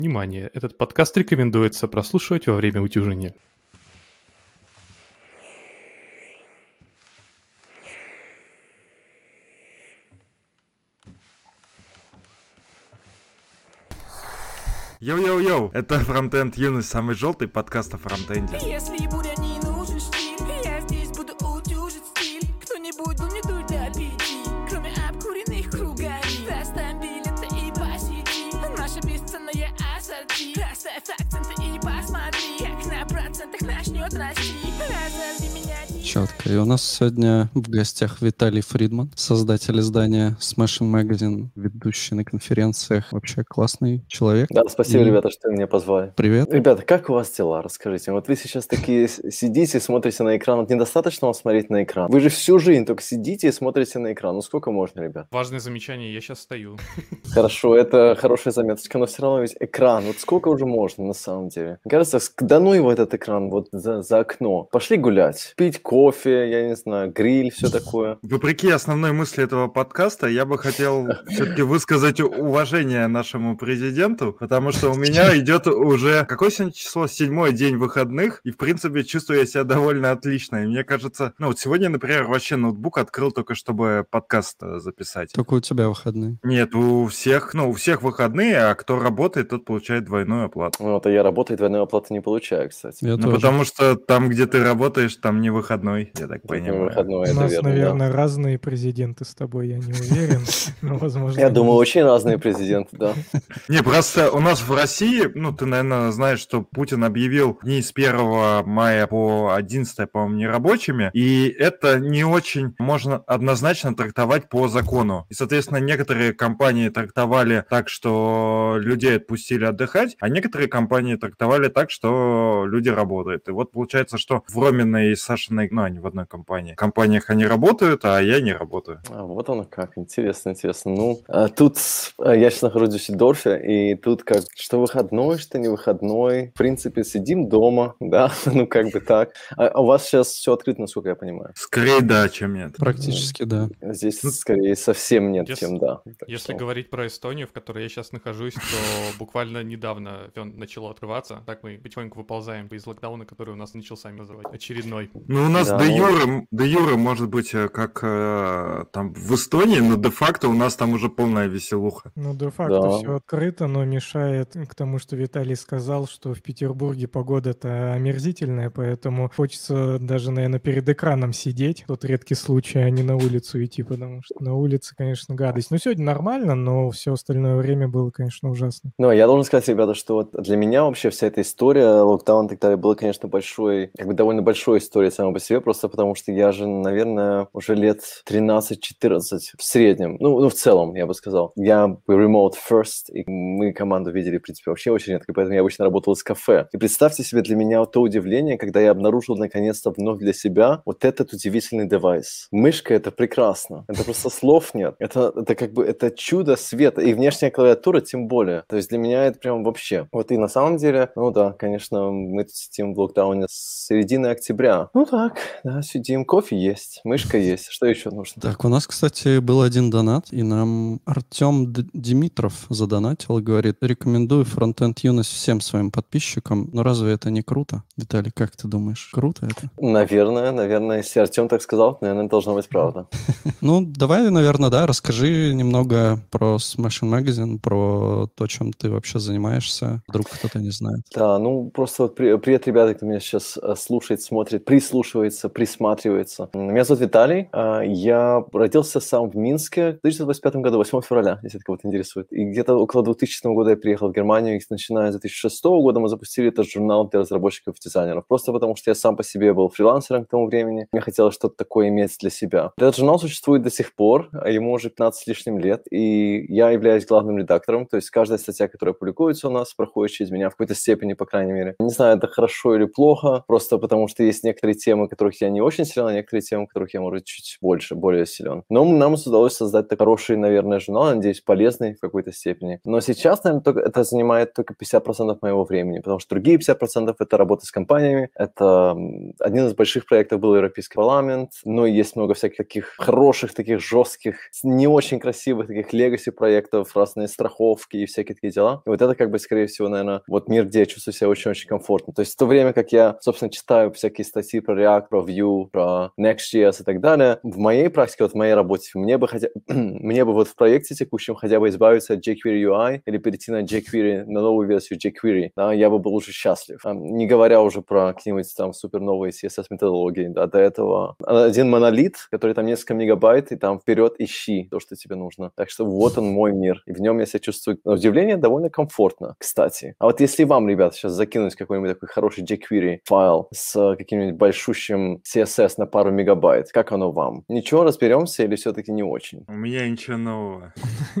Внимание! Этот подкаст рекомендуется прослушивать во время утюжения. Йоу-йоу-йоу, это Фронтенд Юность, самый желтый подкаст о фронтенде. Если будет не нужен штиль, я здесь буду утюжить стиль. Кто-нибудь не дуй до 5, кроме обкуренных кругами. Доставь билеты и посиди, наша бесценная ассорти. Расставь акценты и посмотри, как на процентах начнет расти. Разорви меня. Четко. И у нас сегодня в гостях Виталий Фридман, создатель издания Smashing Magazine, ведущий на конференциях. Вообще классный человек. Да, спасибо, ребята, что вы меня позвали. Привет. Ребята, как у вас дела? Расскажите. Вот вы сейчас такие сидите, смотрите на экран. Вот недостаточно вам смотреть на экран. Вы же всю жизнь только сидите и смотрите на экран. Ну сколько можно, ребят? Важное замечание, я сейчас стою. Хорошо, это хорошая заметочка, но все равно ведь экран. Вот сколько уже можно на самом деле? Мне кажется, да ну его этот экран вот за окно. Пошли гулять, пить кофе, я не знаю, гриль, все такое. Вопреки основной мысли этого подкаста, я бы хотел все-таки высказать уважение нашему президенту, потому что у меня идет уже, какое сегодня число? 7-й день выходных, и в принципе чувствую я себя довольно отлично. И мне кажется, ну вот сегодня, например, вообще ноутбук открыл только, чтобы подкаст записать. Только у тебя выходные. Нет, у всех выходные, а кто работает, тот получает двойную оплату. Вот, а я работаю, двойную оплату не получаю, кстати. Я Ну, тоже. потому что там, где ты работаешь, там не выходной, я так понимаю. Выходной, У это нас, верно, да. наверное, разные президенты с тобой, я не уверен. Но, возможно, Я они думаю, есть. очень разные президенты, да. Не, просто у нас в России, ну, ты, наверное, знаешь, что Путин объявил дни с 1 мая по 11, по-моему, нерабочими, и это не очень можно однозначно трактовать по закону. И, соответственно, некоторые компании трактовали так, что людей отпустили отдыхать, а некоторые компании трактовали так, что люди работают. И вот получается, что в Роминой и Сашиной, ну, они в одной компаниях они работают, а я не работаю. А, вот оно как, интересно. Ну, тут я сейчас нахожусь в Дюссельдорфе, и тут как, что выходной, что не выходной. В принципе, сидим дома, да, ну как бы так. А у вас сейчас все открыто, насколько я понимаю? Скорее да, чем нет. Практически, да. Здесь скорее совсем нет, Если- чем да. Так Если что- говорить про Эстонию, в которой я сейчас нахожусь, то буквально недавно начало открываться. Так мы потихоньку выползаем из локдауна, который у нас начался называть очередной. Ну, у нас Да, де юре может быть как там в Эстонии, но де-факто у нас там уже полная веселуха. Ну, де-факто Да. все открыто, но мешает к тому, что Виталий сказал, что в Петербурге погода-то омерзительная, поэтому хочется даже, наверное, перед экраном сидеть. Тот редкий случай, а не на улицу идти, потому что на улице, конечно, гадость. Ну, сегодня нормально, но все остальное время было, конечно, ужасно. Ну, я должен сказать, ребята, что вот для меня вообще вся эта история, локдаун и так далее, была, конечно, довольно большой историей сама по себе, просто потому что я же, наверное, уже лет 13-14 в среднем, ну, в целом, я бы сказал. Я remote first, и мы команду видели, в принципе, вообще очень редко, поэтому я обычно работал из кафе. И представьте себе для меня то удивление, когда я обнаружил, наконец-то, вновь для себя вот этот удивительный девайс. Мышка — это прекрасно. Это просто слов нет. Это как бы, это чудо света. И внешняя клавиатура тем более. То есть для меня это прям вообще. Вот и на самом деле, ну да, конечно, мы тут сидим в локдауне с середины октября. Ну так, да, сидим, кофе есть, мышка есть. Что еще нужно? Так, у нас, кстати, был один донат, и нам Артем Димитров задонатил и говорит: рекомендую Фронтенд Юность всем своим подписчикам. Но разве это не круто? Виталий, как ты думаешь, круто это? Наверное, если Артем так сказал, наверное, должно быть правда. Ну, давай, наверное, да, расскажи немного про Smashing Magazine, про то, чем ты вообще занимаешься. Вдруг кто-то не знает. Да, ну просто вот привет, ребята, кто меня сейчас слушает, смотрит, прислушивается, присматривается. Меня зовут Виталий, я родился сам в Минске в 1985 году, 8 февраля, если это кого-то интересует. И где-то около 2000 года я приехал в Германию, и начиная с 2006 года мы запустили этот журнал для разработчиков и дизайнеров. Просто потому, что я сам по себе был фрилансером к тому времени, мне хотелось что-то такое иметь для себя. Этот журнал существует до сих пор, ему уже 15 с лишним лет, и я являюсь главным редактором, то есть каждая статья, которая публикуется у нас, проходит через меня в какой-то степени, по крайней мере. Не знаю, это хорошо или плохо, просто потому что есть некоторые темы, которых я не очень силен, а некоторые темы, в которых я, может быть, чуть больше, более силен. Но нам удалось создать такой хороший, наверное, журнал, надеюсь, полезный в какой-то степени. Но сейчас, наверное, это занимает только 50% моего времени, потому что другие 50% — это работа с компаниями, это один из больших проектов был Европейский парламент, но есть много всяких таких хороших, таких жестких, не очень красивых таких легаси-проектов, разные страховки и всякие такие дела. И вот это, как бы, скорее всего, наверное, вот мир, где я чувствую себя очень-очень комфортно. То есть в то время, как я, собственно, читаю всякие статьи про React, про Vue, про Next.js и так далее, в моей практике, вот в моей работе, мне бы вот в проекте текущем хотя бы избавиться от jQuery UI или перейти на jQuery, на новую версию jQuery, да, я бы был уже счастлив. Не говоря уже про какие-нибудь там супер новые CSS-методологии, да, до этого один монолит, который там несколько мегабайт, и там вперед ищи то, что тебе нужно. Так что вот он мой мир, и в нем я себя чувствую, на удивление, довольно комфортно, кстати. А вот если вам, ребята, сейчас закинуть какой-нибудь такой хороший jQuery файл с каким-нибудь большущим CSS на пару мегабайт, как оно вам? Ничего, разберемся или все-таки не очень? У меня ничего нового.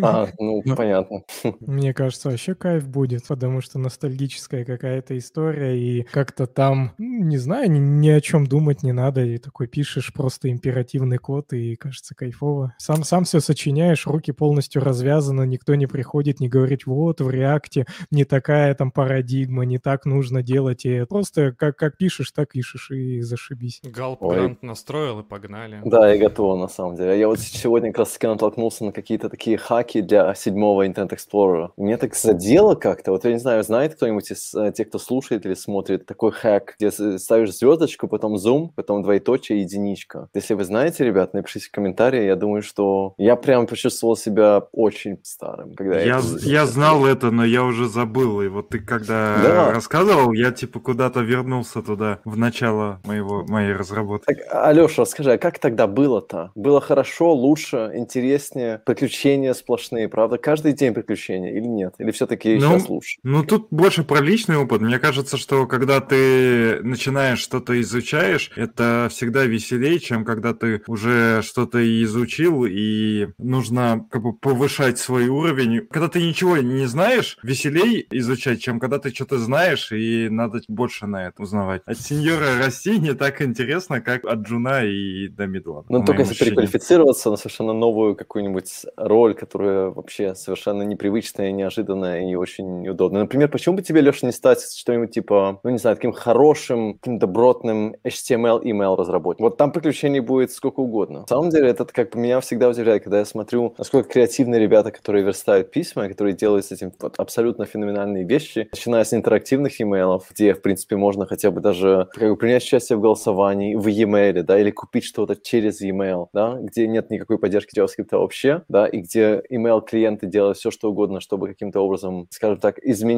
Ну, Ну, понятно. Мне кажется, вообще кайф будет, потому что ностальгическая какая-то история, и как-то там, не знаю, ни о чем думать не надо, и такой пишешь просто императивный код, и кажется кайфово. Сам все сочиняешь, руки полностью развязаны, никто не приходит, не говорит, вот в React не такая там парадигма, не так нужно делать, и просто как пишешь, так пишешь, и зашибись. Галп Ой. грант настроил и погнали. Да, и готово, на самом деле. Я вот сегодня как раз-таки натолкнулся на какие-то такие хаки для 7-го Internet Explorer. Мне так задело как-то. Вот я не знаю, знает кто-нибудь из тех, кто слушает или смотрит, такой хак, где ставишь звездочку, потом зум, потом двоеточие и единичка. Если вы знаете, ребят, напишите в комментарии. Я думаю, что я прям почувствовал себя очень старым, когда Я знал это, но я уже забыл. И вот ты когда рассказывал, я типа куда-то вернулся туда, в начало моей разработки. Так, Алёша, расскажи, а как тогда было-то? Было хорошо, лучше, интереснее? Приключения сплошные, правда? Каждый день приключения или нет? Или все-таки сейчас лучше? Ну, тут больше про личный опыт. Мне кажется, что когда ты начинаешь что-то изучаешь, это всегда веселее, чем когда ты уже что-то изучил, и нужно как бы повышать свой уровень. Когда ты ничего не знаешь, веселее изучать, чем когда ты что-то знаешь, и надо больше на это узнавать. От сеньора расти не так интересно, как от джуна и до мидла. Ну, только если переквалифицироваться на совершенно новую какую-нибудь роль, которая вообще совершенно непривычная, неожиданная и очень неудобная. Например, почему бы тебе, Леша, не стать что-нибудь типа, ну, не знаю, таким хорошим, таким добротным HTML email разработчиком? Вот там приключений будет сколько угодно. На самом деле, это как бы меня всегда удивляет, когда я смотрю, насколько креативные ребята, которые верстают письма, которые делают с этим вот абсолютно феноменальные вещи, начиная с интерактивных имейлов, где, в принципе, можно хотя бы даже как бы принять участие в голосовании в e-mail, да, или купить что-то через e-mail, да, где нет никакой поддержки JavaScript вообще, да, и где email-клиенты делают все, что угодно, чтобы каким-то образом, скажем так,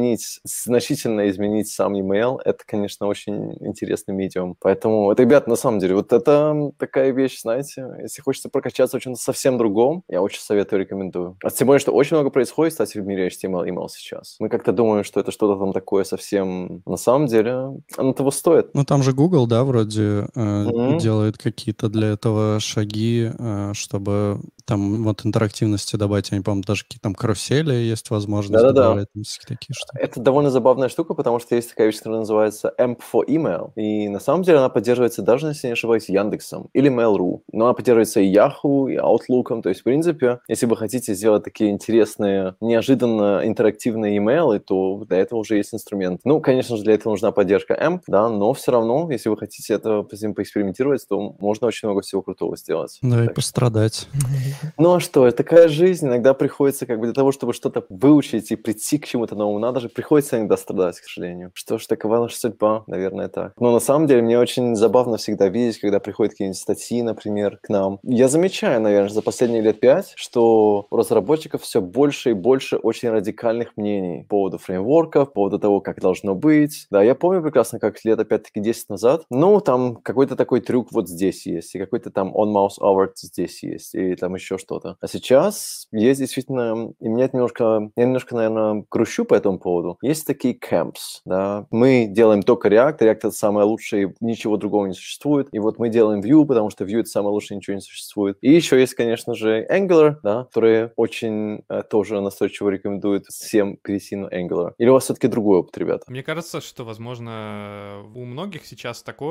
значительно изменить сам email. Это, конечно, очень интересный медиум. Поэтому, это, ребят, на самом деле, вот это такая вещь, знаете, если хочется прокачаться в чем-то совсем другом, я очень советую, рекомендую. А тем более, что очень много происходит, кстати, в мире HTML email сейчас. Мы как-то думаем, что это что-то там такое совсем... На самом деле, оно того стоит. Ну, там же Google, да, вроде делает какие-то для этого шаги, чтобы там вот интерактивности добавить. Они, по-моему, даже какие-то там карусели есть возможность добавлять. Такие штуки. Это довольно забавная штука, потому что есть такая вещь, которая называется AMP for Email. И на самом деле она поддерживается даже, если не ошибаюсь, Яндексом или Mail.ru. Но она поддерживается и Yahoo, и Outlook. То есть, в принципе, если вы хотите сделать такие интересные, неожиданно интерактивные имейлы, то для этого уже есть инструмент. Ну, конечно же, для этого нужна поддержка AMP, да, но все равно, если вы хотите это с ним поэкспериментировать, то можно очень много всего крутого сделать. Да, и пострадать. Ну а что, это такая жизнь, иногда приходится как бы для того, чтобы что-то выучить и прийти к чему-то новому, надо же, приходится иногда страдать, к сожалению. Что ж, такова наша судьба, наверное, так. Но на самом деле мне очень забавно всегда видеть, когда приходят какие-нибудь статьи, например, к нам. Я замечаю, наверное, за последние лет 5, что у разработчиков все больше и больше очень радикальных мнений по поводу фреймворков, по поводу того, как должно быть. Да, я помню прекрасно, как лет, опять-таки, 10 назад, ну, там какой-то такой трюк вот здесь есть, и какой-то там on-mouse over здесь есть, и там еще что-то. А сейчас есть действительно, и меня это я немножко, наверное, грущу по этому поводу. Есть такие camps, да, мы делаем только React это самое лучшее, ничего другого не существует, и вот мы делаем Vue, потому что Vue это самое лучшее, ничего не существует. И еще есть, конечно же, Angular, да, который очень тоже настойчиво рекомендует всем перейти на Angular. Или у вас все-таки другой опыт, ребята? Мне кажется, что, возможно, у многих сейчас такое, что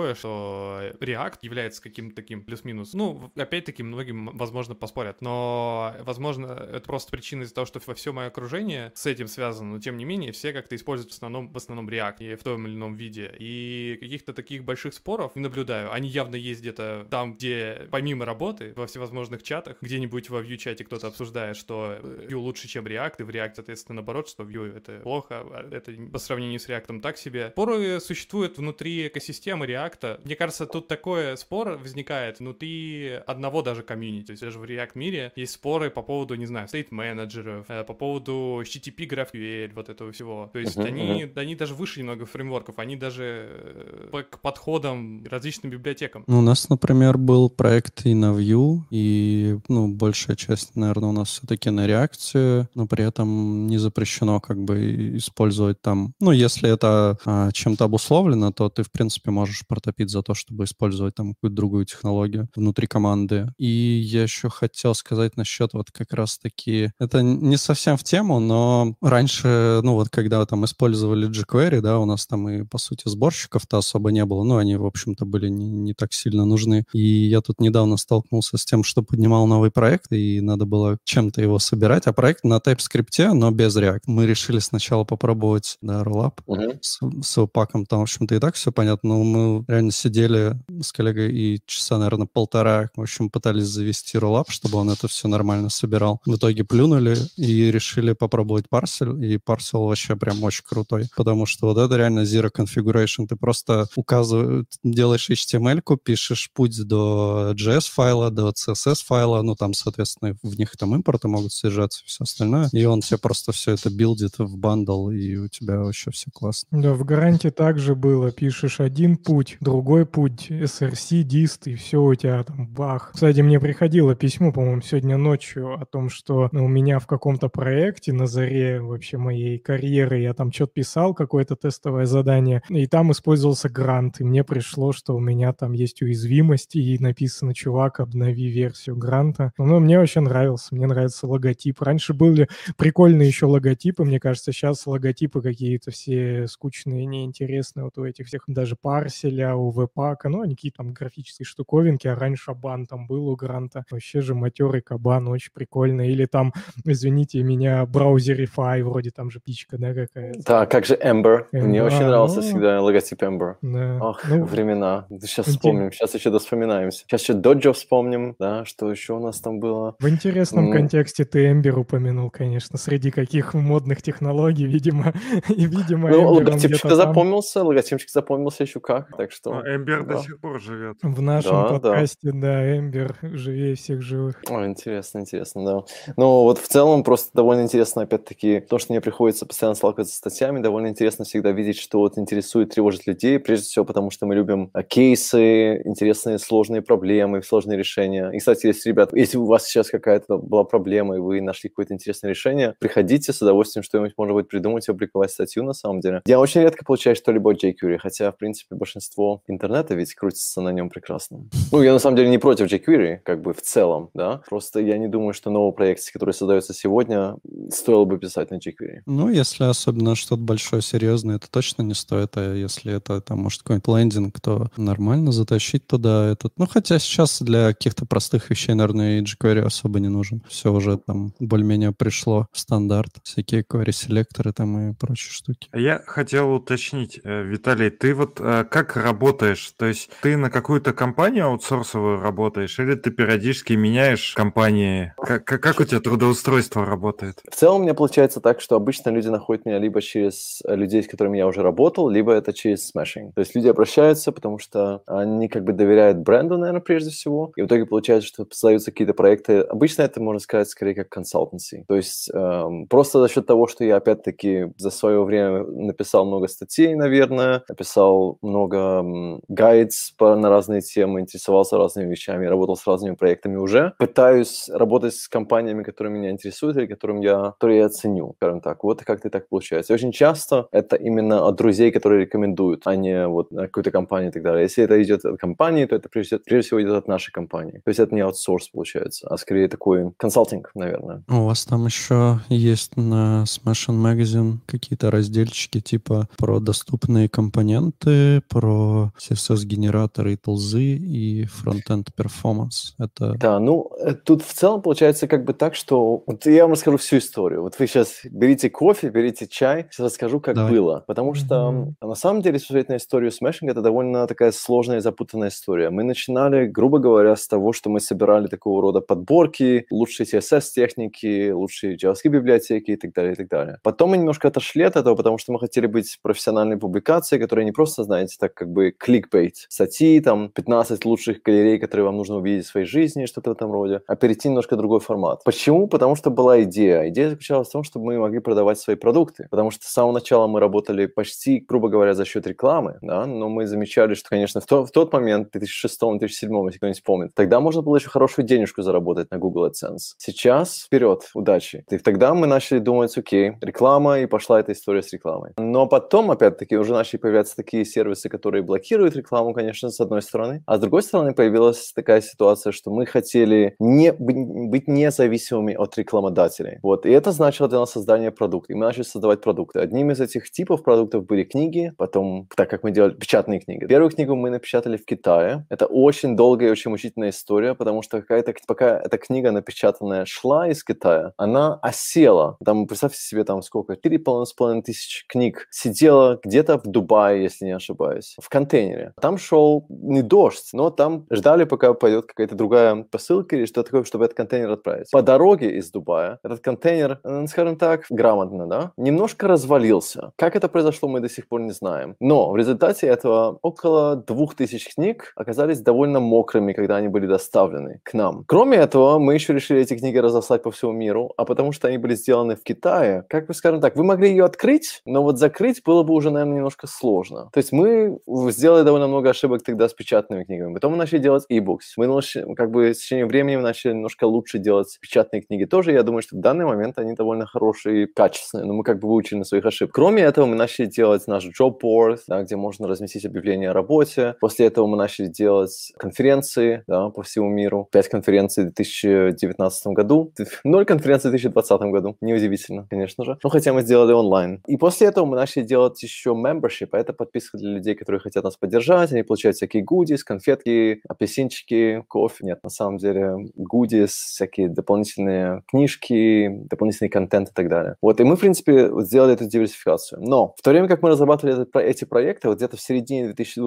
что React является каким-то таким плюс-минус. Ну, опять-таки, многим, возможно, поспорят, но, возможно, это просто причина из-за того, что во все мое окружение с этим связано, но, тем не менее, все как-то используют в основном React и в том или ином виде. И каких-то таких больших споров не наблюдаю. Они явно есть где-то там, где помимо работы, во всевозможных чатах, где-нибудь во Vue-чате кто-то обсуждает, что Vue лучше, чем React, и в React, соответственно, наоборот, что Vue это плохо, а это по сравнению с React так себе. Споры существуют внутри экосистемы React. Мне кажется, тут такой спор возникает внутри одного даже комьюнити. То есть даже в React мире есть споры по поводу, не знаю, стейт-менеджеров, по поводу HTTP, GraphQL, вот этого всего. То есть они даже выше немного фреймворков, они даже к подходам различным библиотекам. У нас, например, был проект и на Vue, и, большая часть, наверное, у нас все-таки на реакции, но при этом не запрещено как бы использовать там, если это чем-то обусловлено, то ты, в принципе, можешь протопить за то, чтобы использовать там какую-то другую технологию внутри команды. И я еще хотел сказать насчет вот как раз-таки, это не совсем в тему, но раньше, когда там использовали jQuery, да, у нас там и, по сути, сборщиков-то особо не было, они, в общем-то, были не так сильно нужны. И я тут недавно столкнулся с тем, что поднимал новый проект, и надо было чем-то его собирать, а проект на TypeScript, но без React. Мы решили сначала попробовать, Rollup с Webpack, там, в общем-то, и так все понятно, но мы реально сидели с коллегой и часа, наверное, полтора, в общем, пытались завести Rollup, чтобы он это все нормально собирал. В итоге плюнули и решили попробовать Parcel, и Parcel вообще прям очень крутой, потому что вот это реально Zero Configuration. Ты просто делаешь HTML-ку, пишешь путь до JS-файла, до CSS-файла, там, соответственно, в них там импорты могут содержаться и все остальное, и он тебе просто все это билдит в бандл, и у тебя вообще все классно. Да, в гаранте также было. Пишешь один путь, другой путь, SRC, дист, и все у тебя там бах. Кстати, мне приходило письмо, по-моему, сегодня ночью о том, что у меня в каком-то проекте на заре вообще моей карьеры я там что-то писал, какое-то тестовое задание, и там использовался грант, и мне пришло, что у меня там есть уязвимость, и написано: чувак, обнови версию гранта. Но мне вообще нравился, мне нравится логотип. Раньше были прикольные еще логотипы, мне кажется, сейчас логотипы какие-то все скучные, неинтересные, вот у этих всех, даже Парселя, у Вебпака, они какие-то там графические штуковинки, а раньше Шабан там был у гранта, вообще же матерый кабан, очень прикольно. Или там, извините меня, Browserify, вроде там же птичка, да, какая-то. Да, как же Ember. Мне очень нравился всегда логотип Ember. Да. Ох, времена. Сейчас вспомним, сейчас еще доспоминаемся. Сейчас еще Dojo вспомним, да, что еще у нас там было. В интересном контексте ты Ember упомянул, конечно, среди каких модных технологий, видимо. И, видимо, логотипчик запомнился еще как, так что... Ember до сих пор живет. В нашем подкасте, Ember живее всех живых. Интересно, да. Вот в целом просто довольно интересно, опять-таки, то, что мне приходится постоянно сталкиваться с статьями, довольно интересно всегда видеть, что вот интересует, тревожит людей, прежде всего потому, что мы любим кейсы, интересные сложные проблемы, сложные решения. И, кстати, если у вас сейчас какая-то была проблема, и вы нашли какое-то интересное решение, приходите, с удовольствием что-нибудь, может быть, придумать и опубликовать статью, на самом деле. Я очень редко получаю что-либо от jQuery, хотя, в принципе, большинство интернета ведь крутится на нем прекрасно. Я, на самом деле, не против jQuery, как бы в целом, да, просто я не думаю, что новый проект, который создается сегодня, стоило бы писать на jQuery. Если особенно что-то большое, серьезное, это точно не стоит, а если это, там, может, какой-нибудь лендинг, то нормально затащить туда этот. Хотя сейчас для каких-то простых вещей, наверное, и jQuery особо не нужен. Все уже там более-менее пришло в стандарт. Всякие query-селекторы там и прочие штуки. Я хотел уточнить, Виталий, ты вот как работаешь? То есть ты на какую-то компанию аутсорсовую работаешь или ты периодически меняешь компании? Как у тебя трудоустройство работает? В целом у меня получается так, что обычно люди находят меня либо через людей, с которыми я уже работал, либо это через смешинг. То есть люди обращаются, потому что они как бы доверяют бренду, наверное, прежде всего. И в итоге получается, что создаются какие-то проекты. Обычно это, можно сказать, скорее как consultancy. То есть просто за счет того, что я, опять-таки, за свое время написал много статей, наверное, написал много гайдс на разные темы, интересовался разными вещами, работал с разными проектами уже. Пытаюсь работать с компаниями, которые меня интересуют или которые я ценю, скажем так. Вот как-то так получается. И очень часто это именно от друзей, которые рекомендуют, а не вот какой-то компании и так далее. Если это идет от компании, то это прежде всего идет от нашей компании. То есть это не аутсорс получается, а скорее такой консалтинг, наверное. У вас там еще есть на Smashing Magazine какие-то разделчики типа про доступные компоненты, про CSS-генераторы и тулзы, и фронтенд перформанс. Это... Да, тут в целом получается как бы так, что... Вот я вам расскажу всю историю. Вот вы сейчас берите кофе, берите чай, сейчас расскажу, как Давай. было. Потому что на самом деле посмотреть на историю Smashing — это довольно такая сложная и запутанная история. Мы начинали, грубо говоря, с того, что мы собирали такого рода подборки, лучшие CSS-техники, лучшие JavaScript-библиотеки и так далее, и так далее. Потом мы немножко отошли от этого, потому что мы хотели быть профессиональной публикацией, которая не просто, знаете, так как бы кликбейт, статьи, там, 15 лучших галерей, которые вам нужно увидеть в своей жизни, что-то в этом роде, а перейти немножко в другой формат. Почему? Потому что была идея. Идея заключалась в том, чтобы мы могли продавать свои продукты, потому что с самого начала мы работали почти, грубо говоря, за счет рекламы, да, но мы замечали, что, конечно, в тот момент, в 2006-2007, если кто-нибудь помнит, тогда можно было еще хорошую денежку заработать на Google AdSense. Сейчас вперед, удачи. И тогда мы начали думать, окей, реклама, и пошла эта история с рекламой. Но потом, опять-таки, уже начали появляться такие сервисы, которые блокируют рекламу, конечно, с одной стороны, а с другой стороны появилась такая ситуация, что мы хотели быть независимыми от рекламодателей. Вот. И это значило для нас создание продукта. И мы начали создавать продукты. Одним из этих типов продуктов были книги, потом, так как мы делали печатные книги. Первую книгу мы напечатали в Китае. Это очень долгая и очень мучительная история, потому что пока эта книга напечатанная шла из Китая, она осела. Там, представьте себе, там сколько? 4,5 тысяч книг сидела где-то в Дубае, если не ошибаюсь, в контейнере. Там шел не дождь, но там ждали, пока пойдет какая-то другая посылка или что-то такое, чтобы этот контейнер отправить. По дороге из Дубая этот контейнер, скажем так, грамотно, да, немножко развалился. Как это произошло, мы до сих пор не знаем. Но в результате этого около 2000 книг оказались довольно мокрыми, когда они были доставлены к нам. Кроме этого, мы еще решили эти книги разослать по всему миру, а потому что они были сделаны в Китае, как бы, скажем так, вы могли ее открыть, но вот закрыть было бы уже, наверное, немножко сложно. То есть мы сделали довольно много ошибок тогда с печатными книгами. Потом мы начали делать e-books. Мы, как бы, с течением времени мы начали немножко лучше делать печатные книги тоже. Я думаю, что в данный момент они довольно хорошие и качественные, но мы как бы выучили на своих ошибках. Кроме этого, мы начали делать наш job board, да, где можно разместить объявление о работе. После этого мы начали делать конференции, да, по всему миру. 5 конференций в 2019 году, 0 конференций в 2020 году. Неудивительно, конечно же. Но хотя мы сделали онлайн. И после этого мы начали делать еще membership, а это подписка для людей, которые хотят нас поддержать. Они получают всякие goodies, конфетки, апельсинчики, кофе. Нет, на самом деле goodies, всякие дополнительные книжки, дополнительный контент и так далее. Вот, и мы, в принципе, сделали эту диверсификацию. Но в то время, как мы разрабатывали эти проекты, вот где-то в середине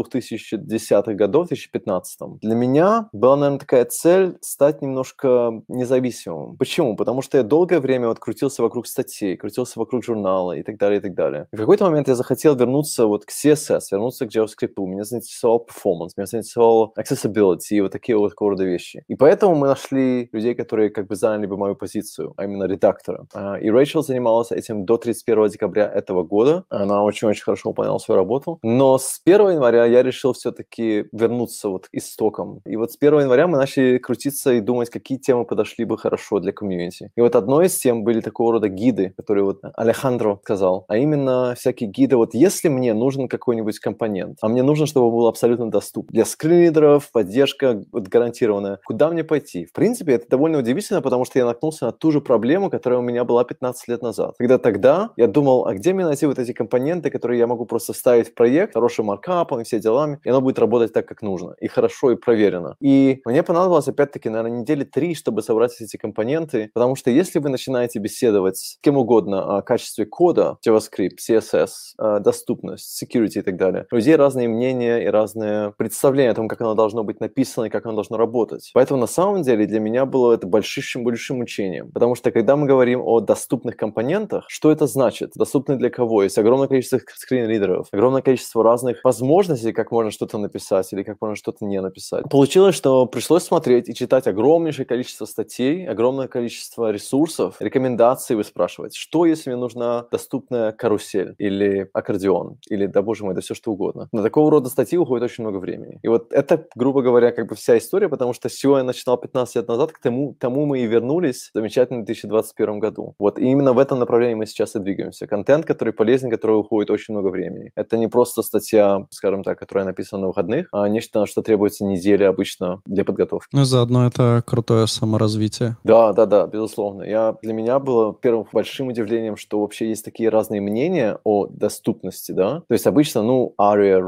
2010-х годов, 2015, для меня была, наверное, такая цель стать немножко независимым. Почему? Потому что я долгое время вот крутился вокруг статей, крутился вокруг журнала и так далее, и так далее. И в какой-то момент я захотел вернуться вот к CSS, вернуться к JavaScript. Меня заинтересовал performance, меня заинтересовал accessibility и вот такие вот такого рода вещи. И поэтому мы нашли людей, которые как бы заняли бы мою позицию, а именно редактора. И Рэйчел занималась этим до 31 декабря этого года. Она очень-очень хорошо выполняла свою работу. Но с 1 января я решил все-таки вернуться вот к истокам. И вот с 1 января мы начали крутиться и думать, какие темы подошли бы хорошо для комьюнити. И вот одной из тем были такого рода гиды, которые вот Алехандро сказал, а именно всякие гиды. Вот если мне нужен какой-нибудь компонент, а мне нужно, чтобы он был абсолютно доступен для скринридеров, поддержка вот гарантированная, куда мне пойти? В принципе, это довольно удивительно, потому что я наткнулся на ту же проблему, которая у меня была 15 лет назад. Когда тогда я думал, а где мне найти вот эти компоненты, которые я могу просто вставить в проект, хорошим маркапом и все делами, и оно будет работать так, как нужно, и хорошо, и проверено. И мне понадобилось, опять-таки, наверное, недели 3, чтобы собрать эти компоненты, потому что если вы начинаете беседовать с кем угодно о качестве кода, JavaScript, CSS, доступность, security и так далее, у людей разные мнения и разные представления о том, как оно должно быть написано и как оно должно работать. Поэтому, на самом деле, для меня было это большим мучением, потому что, когда мы говорим о доступных компонентах, что это значит? Доступны для кого? Есть огромное количество скринридеров, огромное количество разных возможностей, как можно что-то написать или как можно что-то не написать. Получилось, что пришлось смотреть и читать огромнейшее количество статей, огромное количество ресурсов, рекомендаций выспрашивать. Что, если мне нужна доступная карусель или аккордеон, или, да боже мой, да все что угодно. На такого рода статьи уходит очень много времени. И вот это, грубо говоря, как бы вся история, потому что с чего я начинал 15 лет назад, к тому мы и вернулись в замечательном 2021 году. Вот, и именно в этом направлении мы сейчас и двигаемся. Контент, который полезен, который уходит очень много времени. Это не просто статья, скажем так, которая написана на выходных, а нечто, что требуется недели обычно для подготовки. Ну и заодно это крутое саморазвитие. Да, безусловно. Для меня было первым большим удивлением, что вообще есть такие разные мнения о доступности, да. То есть обычно, ARIA roles,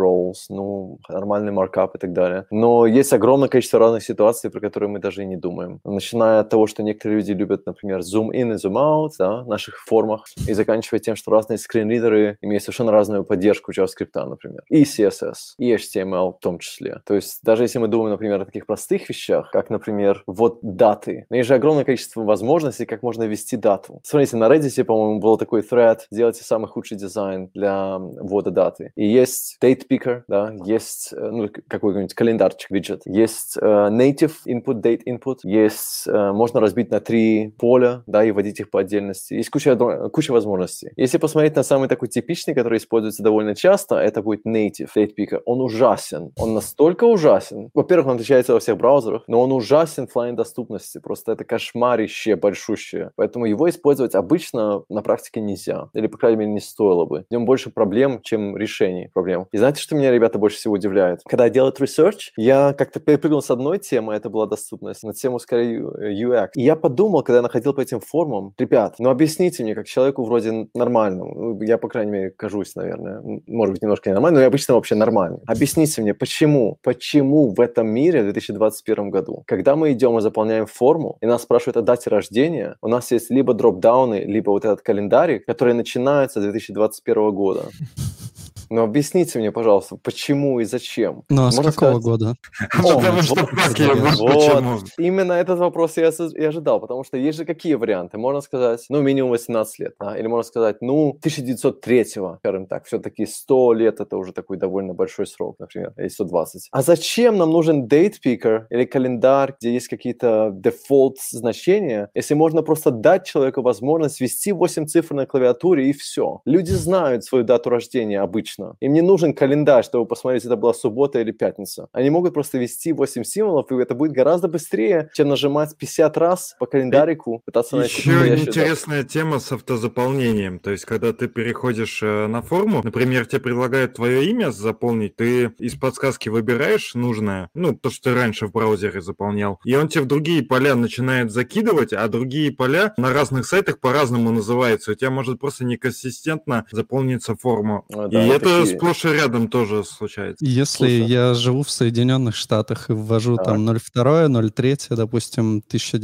нормальный маркап и так далее. Но есть огромное количество разных ситуаций, про которые мы даже и не думаем. Начиная от того, что некоторые люди любят, например, zoom in и zoom out, да, в наших формах, и заканчивая тем, что разные скринридеры имеют совершенно разную поддержку JavaScript, например, и CSS, и HTML в том числе. То есть даже если мы думаем, например, о таких простых вещах, как, например, вот даты, но есть же огромное количество возможностей, как можно ввести дату. Смотрите, на Reddit, по-моему, был такой thread «Сделайте самый худший дизайн для ввода даты». И есть date picker, да, есть какой-нибудь календарчик, виджет, есть native input, date input, есть, можно разбить на 3 поля, да, и вводить их по отдельности. Есть куча возможностей. Если посмотреть на самый такой типичный, который используется довольно часто, это будет native date picker. Он ужасен. Он настолько ужасен. Во-первых, он отличается во всех браузерах, но он ужасен в плане доступности. Просто это кошмарище большущее. Поэтому его использовать обычно на практике нельзя. Или, по крайней мере, не стоило бы. В нем больше проблем, чем решений проблем. И знаете, что меня, ребята, больше всего удивляет? Когда я делаю research, я как-то перепрыгнул с одной темы, это была доступность, на тему, скорее, UX. И я подумал, когда я находил по этим формам, ребят, объясните мне, как человеку вроде нормальному, я, по крайней мере, кажусь, наверное, может быть, немножко не нормально, но я обычно вообще нормальный. Объясните мне, почему в этом мире в 2021 году, когда мы идем и заполняем форму, и нас спрашивают о дате рождения, у нас есть либо дропдауны, либо вот этот календарик, который начинается с 2021 года. Но объясните мне, пожалуйста, почему и зачем? Ну, а с какого года? Потому что почему? Именно этот вопрос я ожидал, потому что есть же какие варианты? Можно сказать, минимум 18 лет, да? Или можно сказать, 1903-го, скажем так, все-таки 100 лет это уже такой довольно большой срок, например, или 120. А зачем нам нужен date picker или календарь, где есть какие-то default значения, если можно просто дать человеку возможность ввести 8 цифр на клавиатуре и все? Люди знают свою дату рождения обычно. Им не нужен календарь, чтобы посмотреть, это была суббота или пятница. Они могут просто ввести 8 символов, и это будет гораздо быстрее, чем нажимать 50 раз по календарику, пытаться найти. Еще интересная тема с автозаполнением. То есть, когда ты переходишь на форму, например, тебе предлагают твое имя заполнить, ты из подсказки выбираешь нужное, то, что ты раньше в браузере заполнял, и он тебе в другие поля начинает закидывать, а другие поля на разных сайтах по-разному называются. У тебя может просто неконсистентно заполниться форма. И это сплошь и рядом тоже случается. Если я живу в Соединенных Штатах и ввожу там 02, 03, допустим,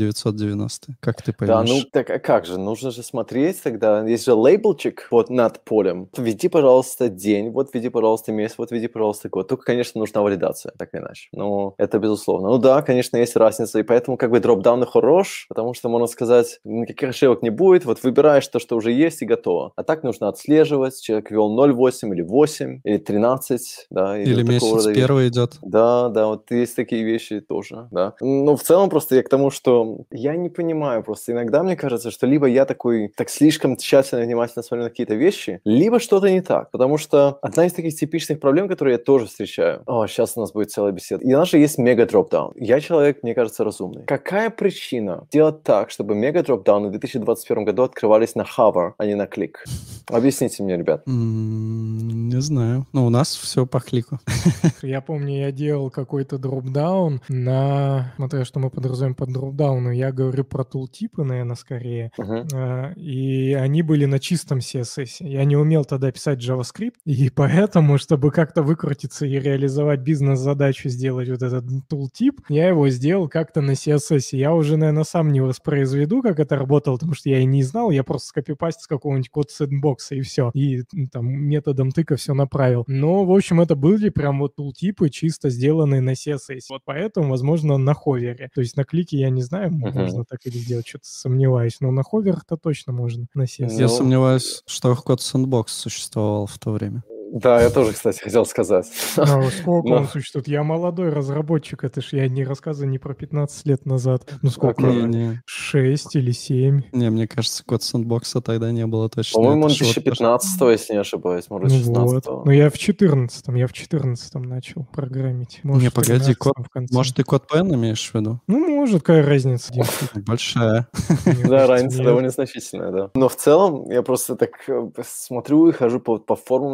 1990, как ты поймешь? Да, так а как же? Нужно же смотреть тогда. Есть же лейблчик вот над полем. Введи, пожалуйста, день, вот введи, пожалуйста, месяц, вот введи, пожалуйста, год. Только, конечно, нужна валидация, так или иначе. Это безусловно. Да, конечно, есть разница, и поэтому дропдаун хорош, потому что, можно сказать, никаких ошибок не будет, вот выбираешь то, что уже есть, и готово. А так нужно отслеживать, человек ввел 0,8 или 8, или 13, да. Или вот месяц первый идет. Да, вот есть такие вещи тоже, да. Но в целом просто я к тому, что я не понимаю просто. Иногда мне кажется, что либо я такой, так слишком тщательно, внимательно смотрю на какие-то вещи, либо что-то не так. Потому что одна из таких типичных проблем, которые я тоже встречаю. Сейчас у нас будет целая беседа. И у нас же есть мега-дропдаун. Я человек, мне кажется, разумный. Какая причина делать так, чтобы мега-дропдауны в 2021 году открывались на hover, а не на клик? Объясните мне, ребят. Не знаю. У нас все по клику. Я помню, я делал какой-то дропдаун смотря, что мы подразумеваем под дропдауном. Я говорю про тултипы, наверное, скорее. И они были на чистом CSS. Я не умел тогда писать JavaScript, и поэтому, чтобы как-то выкрутиться и реализовать бизнес-задачу, сделать вот этот тултип, я его сделал как-то на CSS. Я уже, наверное, сам не воспроизведу, как это работало, потому что я и не знал. Я просто скопипастил с какого-нибудь код сэндбокса, и все. И там методом тыка все направил. Но, в общем, это были прям вот тултипы, чисто сделанные на CSS. Вот поэтому, возможно, на ховере. То есть на клике, я не знаю, можно так или сделать, что-то сомневаюсь. Но на ховерах-то точно можно на CSS. Я сомневаюсь, что код Sandbox существовал в то время. Да, я тоже, кстати, хотел сказать. Сколько он существует? Я молодой разработчик, это ж я не рассказываю не про 15 лет назад. Сколько? 6 или 7? Не, мне кажется, код Sandbox тогда не было точно. По-моему, он 2015-го, если не ошибаюсь, может, 16-го. Но я в 14-м начал программить. Не, погоди, может, ты код Pen имеешь в виду? Может, какая разница? Большая. Да, разница довольно значительная, да. Но в целом, я просто так смотрю и хожу по формам, например,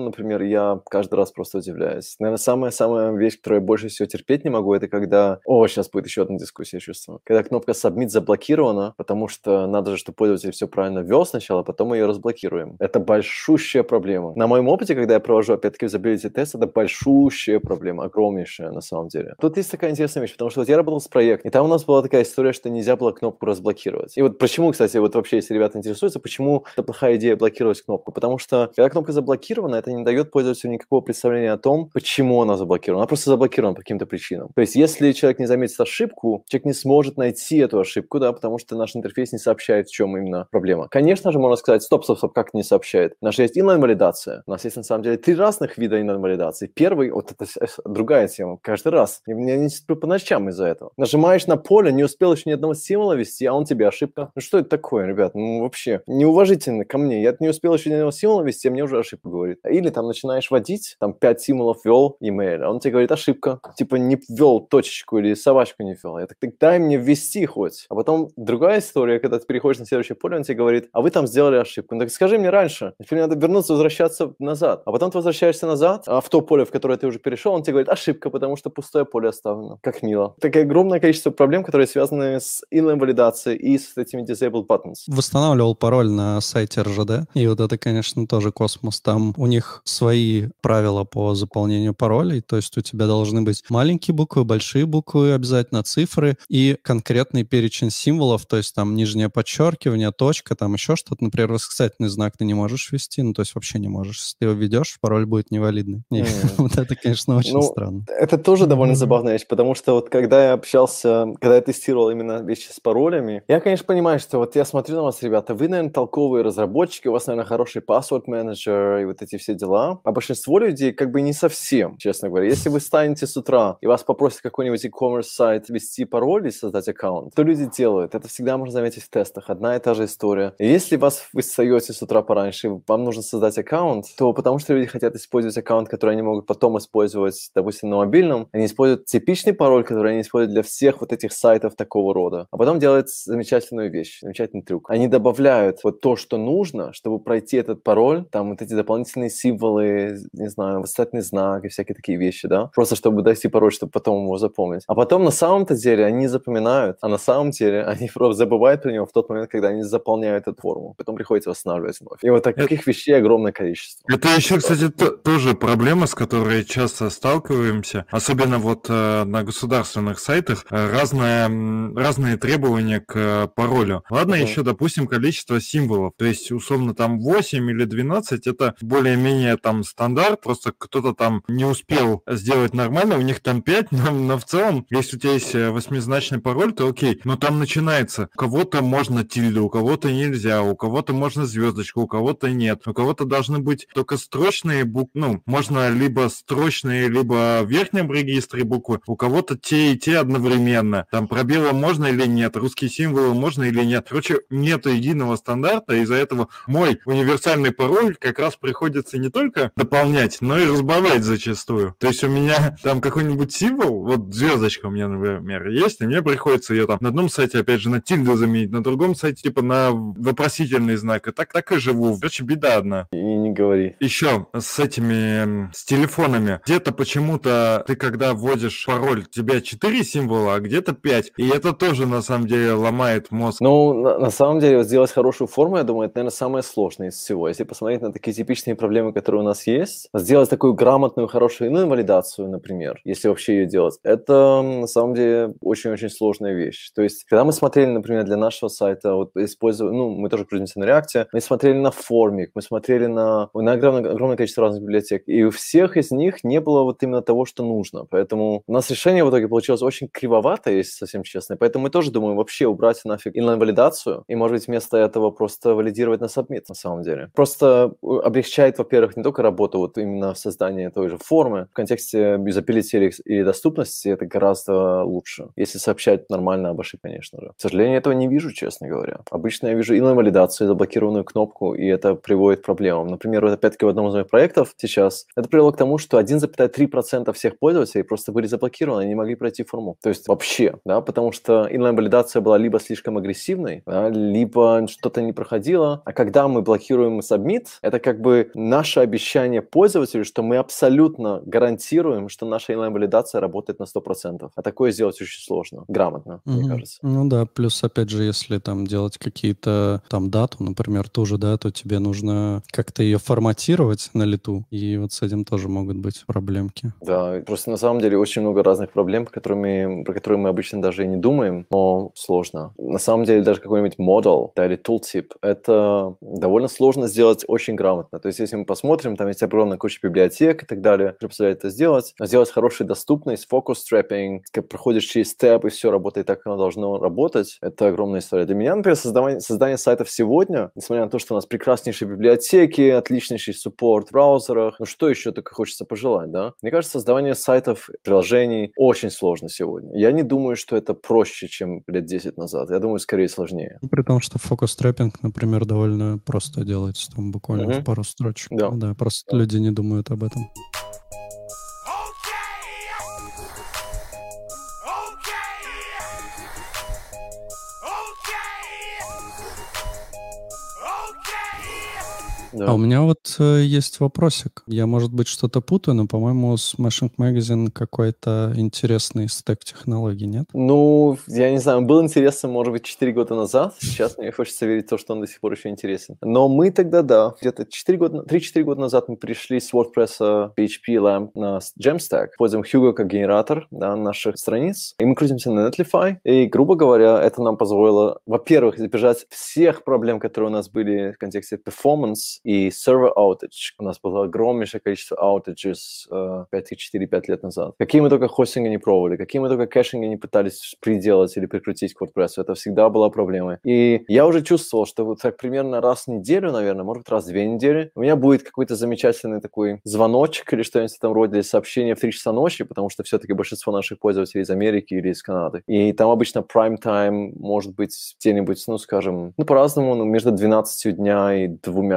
я каждый раз просто удивляюсь. Наверное, самая вещь, которую я больше всего терпеть не могу, это когда... О, сейчас будет еще одна дискуссия, я чувствую. Когда кнопка Submit заблокирована, потому что надо же, чтобы пользователь все правильно ввел сначала, а потом мы ее разблокируем. Это большущая проблема. На моем опыте, когда я провожу, опять-таки, юзабилити тест, это большущая проблема, огромнейшая на самом деле. Тут есть такая интересная вещь, потому что вот я работал с проектом, и там у нас была такая история, что нельзя было кнопку разблокировать. И вот почему, кстати, вот вообще, если ребята интересуются, почему это плохая идея блокировать кнопку? Потому что, когда кнопка заблокирована, это не дает пользователю никакого представления о том, почему она заблокирована. Она просто заблокирована по каким-то причинам. То есть, если человек не заметит ошибку, человек не сможет найти эту ошибку, да, потому что наш интерфейс не сообщает, в чем именно проблема. Конечно же, можно сказать, стоп, как не сообщает? У нас же есть inline-валидация. У нас есть, на самом деле, 3 разных вида inline-валидации. Первый, вот это другая тема, каждый раз. Я не сплю по ночам из-за этого. Нажимаешь на поле, не успел еще ни одного символа ввести, а он тебе ошибка. Ну что это такое, ребят? Ну вообще, неуважительно ко мне. Я не успел еще ни одного символа ввести, а мне уже ошибка говорит. Или там начинаешь вводить, там 5 символов ввел email, а он тебе говорит ошибка. Типа не ввел точечку или собачку не ввел. Я так дай мне ввести хоть. А потом другая история, когда ты переходишь на следующее поле, он тебе говорит, а вы там сделали ошибку. Ну так скажи мне раньше. Теперь надо вернуться, возвращаться назад. А потом ты возвращаешься назад, а в то поле, в которое ты уже перешел, он тебе говорит ошибка, потому что пустое поле оставлено. Как мило. Такое огромное количество проблем, которые связаны с inline-валидацией и с этими disabled buttons. Восстанавливал пароль на сайте РЖД, и вот это, конечно, тоже космос. Там у них свои правила по заполнению паролей, то есть у тебя должны быть маленькие буквы, большие буквы, обязательно цифры и конкретный перечень символов, то есть там нижнее подчеркивание, точка, там еще что-то. Например, восклицательный знак ты не можешь ввести, ну то есть вообще не можешь. Если ты его введешь, пароль будет невалидный. Вот это, конечно, очень странно. Это тоже довольно забавная вещь, потому что вот когда я общался, когда я тестировал именно вещи с паролями, я, конечно, понимаю, что вот я смотрю на вас, ребята, вы, наверное, толковые разработчики, у вас, наверное, хороший password-менеджер и вот эти все дела, а большинство людей как бы не совсем, честно говоря. Если вы встанете с утра и вас попросят какой-нибудь e-commerce сайт ввести пароль и создать аккаунт, что люди делают? Это всегда можно заметить в тестах, одна и та же история. И если вы встаете с утра пораньше, и вам нужно создать аккаунт, то потому что люди хотят использовать аккаунт, который они могут потом использовать, допустим, на мобильном, они используют типичный пароль, который они используют для всех вот этих сайтов такого рода. А потом делают замечательную вещь, замечательный трюк. Они добавляют вот то, что нужно, чтобы пройти этот пароль, там вот эти дополнительные символы, не знаю, восклицательный знак и всякие такие вещи, да, просто чтобы дойти пароль, чтобы потом его запомнить. А потом на самом-то деле они запоминают, а на самом деле они просто забывают про него в тот момент, когда они заполняют эту форму. Потом приходится восстанавливать вновь. И вот таких вещей огромное количество. Это еще, кстати, тоже проблема, с которой часто сталкиваемся, особенно вот на государственных сайтах, разные требования к паролю. Ладно, еще, допустим, количество символов, то есть, условно, там 8 или 12, это более-менее там стандарт, просто кто-то там не успел сделать нормально, у них там 5, но в целом, если у тебя есть 8-значный пароль, то окей, но там начинается, у кого-то можно тильду, у кого-то нельзя, у кого-то можно звездочку, у кого-то нет, у кого-то должны быть только строчные буквы, ну, можно либо строчные, либо в верхнем регистре буквы, у кого-то те и те одновременно, там пробелы можно или нет, русские символы можно или нет, короче, нет единого стандарта, из-за этого мой универсальный пароль как раз приходится не только дополнять, но и разбавлять зачастую, то есть у меня там какой-нибудь символ, вот звездочка у меня, например, есть, и мне приходится ее там на одном сайте, опять же, на тильду заменить, на другом сайте, типа, на вопросительный знак, и так и живу. Короче, беда одна. И не говори. Еще с телефонами. Где-то почему-то ты, когда вводишь пароль, у тебя 4 символа, а где-то 5. И это тоже, на самом деле, ломает мозг. Ну, на самом деле, вот сделать хорошую форму, я думаю, это, наверное, самое сложное из всего. Если посмотреть на такие типичные проблемы, которые у нас есть, сделать такую грамотную, хорошую иную валидацию, например, если вообще ее делать, это, на самом деле, очень-очень сложная вещь. То есть, когда мы смотрели, например, для нашего сайта, вот используя, ну, мы тоже крутимся на React, мы смотрели на Formic, мы смотрели на огромное количество разных библиотек, и у всех из них не было вот именно того, что нужно. Поэтому у нас решение в итоге получилось очень кривовато, если совсем честно. Поэтому мы тоже думаем вообще убрать нафиг inline-валидацию и, может быть, вместо этого просто валидировать на submit, на самом деле. Просто облегчает, во-первых, не только работу вот именно в создании той же формы, в контексте юзабилити или доступности это гораздо лучше, если сообщать нормально об ошибке, конечно же. К сожалению, этого не вижу, честно говоря. Обычно я вижу inline-валидацию, заблокированную кнопку, и это приводит к проблемам. Например, вот опять-таки в одном из моих проектов сейчас это привело к тому, что 1,3% всех пользователей просто были заблокированы и не могли пройти форму. То есть вообще, да, потому что inline-валидация была либо слишком агрессивной, да, либо что-то не проходило. А когда мы блокируем submit, это как бы наше обещание обещание пользователю, что мы абсолютно гарантируем, что наша inline-валидация работает на 100%. А такое сделать очень сложно, грамотно, мне кажется. Ну да, плюс, опять же, если там делать какие-то там дату, например, ту же дату, тебе нужно как-то ее форматировать на лету, и вот с этим тоже могут быть проблемки. Да, просто на самом деле очень много разных проблем, про которые мы обычно даже и не думаем, но сложно. На самом деле даже какой-нибудь модуль, да, или tooltip, это довольно сложно сделать очень грамотно. То есть если мы посмотрим, там есть огромная куча библиотек и так далее, которые позволяют это сделать. Но сделать хорошую доступность, фокус-траппинг, как проходишь через степ, и все работает так, как оно должно работать, это огромная история. Для меня, например, создание сайтов сегодня, несмотря на то, что у нас прекраснейшие библиотеки, отличнейший суппорт в браузерах, ну что еще только хочется пожелать, да? Мне кажется, создавание сайтов, приложений очень сложно сегодня. Я не думаю, что это проще, чем лет 10 назад. Я думаю, скорее сложнее. При том, что фокус-траппинг, например, довольно просто делается, там буквально в пару строчек. Да. Ну да, просто люди не думают об этом. Да. А у меня вот есть вопросик. Я, может быть, что-то путаю, но, по-моему, с Smashing Magazine какой-то интересный стек технологий, нет? Ну, я не знаю, был интересен, может быть, 4 года назад. Сейчас мне хочется верить в то, что он до сих пор еще интересен. Но мы тогда, да, где-то 3-4 года назад мы пришли с WordPress PHP LAMP на Jamstack. Используем Hugo как генератор, да, наших страниц. И мы крутимся на Netlify. И, грубо говоря, это нам позволило, во-первых, избежать всех проблем, которые у нас были в контексте performance и server outage. У нас было огромнейшее количество outages 4-5 лет назад. Какие мы только хостинги не пробовали, какие мы только кэшинги не пытались приделать или прикрутить к WordPress, это всегда была проблемой. И я уже чувствовал, что вот так примерно раз в неделю, наверное, может быть, раз в 2 недели, у меня будет какой-то замечательный такой звоночек или что-нибудь в этом роде, или сообщение в 3 часа ночи, потому что все-таки большинство наших пользователей из Америки или из Канады. И там обычно prime time может быть где-нибудь, ну, скажем, ну, по-разному, ну, между 12 дня и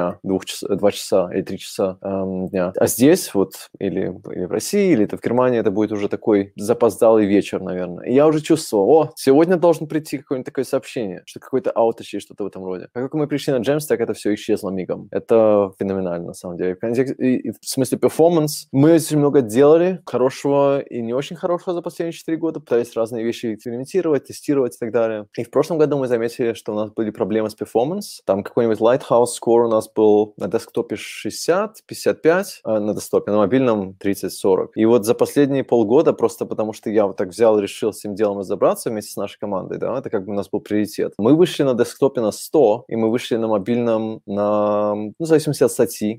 2 часа или 3 часа дня. А здесь вот, или в России, или это в Германии, это будет уже такой запоздалый вечер, наверное. И я уже чувствовал, сегодня должен прийти какое-нибудь такое сообщение, что какой-то аутаж или что-то в этом роде. Как только мы пришли на Jamstack, это все исчезло мигом. Это феноменально, на самом деле. В смысле performance мы очень много делали хорошего и не очень хорошего за последние 4 года, пытались разные вещи экспериментировать, тестировать и так далее. И в прошлом году мы заметили, что у нас были проблемы с performance. Там какой-нибудь Lighthouse score у нас был на десктопе 60, 55, на десктопе, на мобильном 30-40. И вот за последние полгода, просто потому что я вот так взял и решил с этим делом разобраться вместе с нашей командой, да, это как бы у нас был приоритет. Мы вышли на десктопе на 100, и мы вышли на мобильном на, ну, в зависимости от статьи,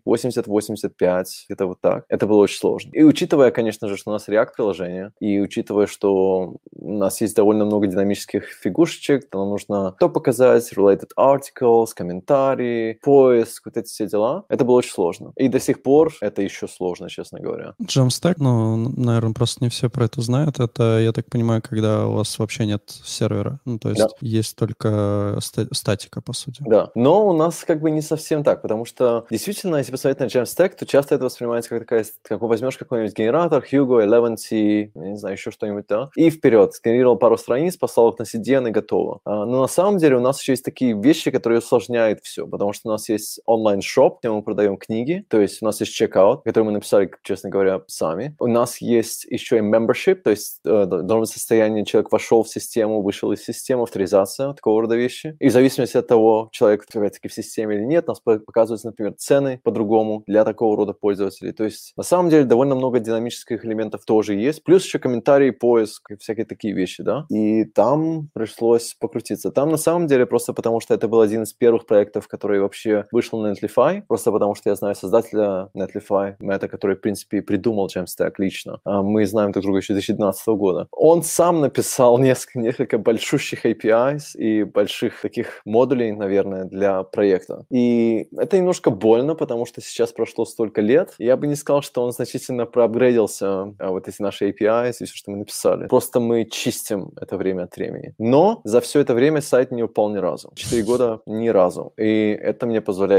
80-85, где-то вот так. Это было очень сложно. И учитывая, конечно же, что у нас React-приложение, и учитывая, что у нас есть довольно много динамических фигушечек, то нам нужно то показать, related articles, комментарии, поиск, вот эти все дела. Это было очень сложно. И до сих пор это еще сложно, честно говоря. Jamstack, ну, наверное, просто не все про это знают. Это, я так понимаю, когда у вас вообще нет сервера. Ну, то есть есть только статика, по сути. Да, но у нас как бы не совсем так, потому что действительно, если посмотреть на Jamstack, то часто это воспринимается как такая, как возьмешь какой-нибудь генератор, Hugo, 11T, я не знаю, еще что-нибудь, да, и вперед, сгенерировал пару страниц, послал их на CDN и готово. Но на самом деле у нас еще есть такие вещи, которые усложняют все, потому что у нас есть онлайн-шоп, где мы продаем книги, то есть у нас есть чекаут, который мы написали, честно говоря, сами. У нас есть еще и membership, то есть должно быть состояние, человек вошел в систему, вышел из системы, авторизация, такого рода вещи. И в зависимости от того, человек, опять-таки, в системе или нет, у нас показываются, например, цены по-другому для такого рода пользователей. То есть, на самом деле, довольно много динамических элементов тоже есть. Плюс еще комментарии, поиск и всякие такие вещи, да. И там пришлось покрутиться. Там, на самом деле, просто потому что это был один из первых проектов, который вообще вышел на Netlify, просто потому что я знаю создателя Netlify, Мэтта, который, в принципе, и придумал Jamstack лично. Мы знаем друг друга еще с 2012 года. Он сам написал несколько большущих APIs и больших таких модулей, наверное, для проекта. И это немножко больно, потому что сейчас прошло столько лет. Я бы не сказал, что он значительно проапгрейдился, вот эти наши APIs и все, что мы написали. Просто мы чистим это время от времени. Но за все это время сайт не упал ни разу. 4 года ни разу. И это мне позволяет спать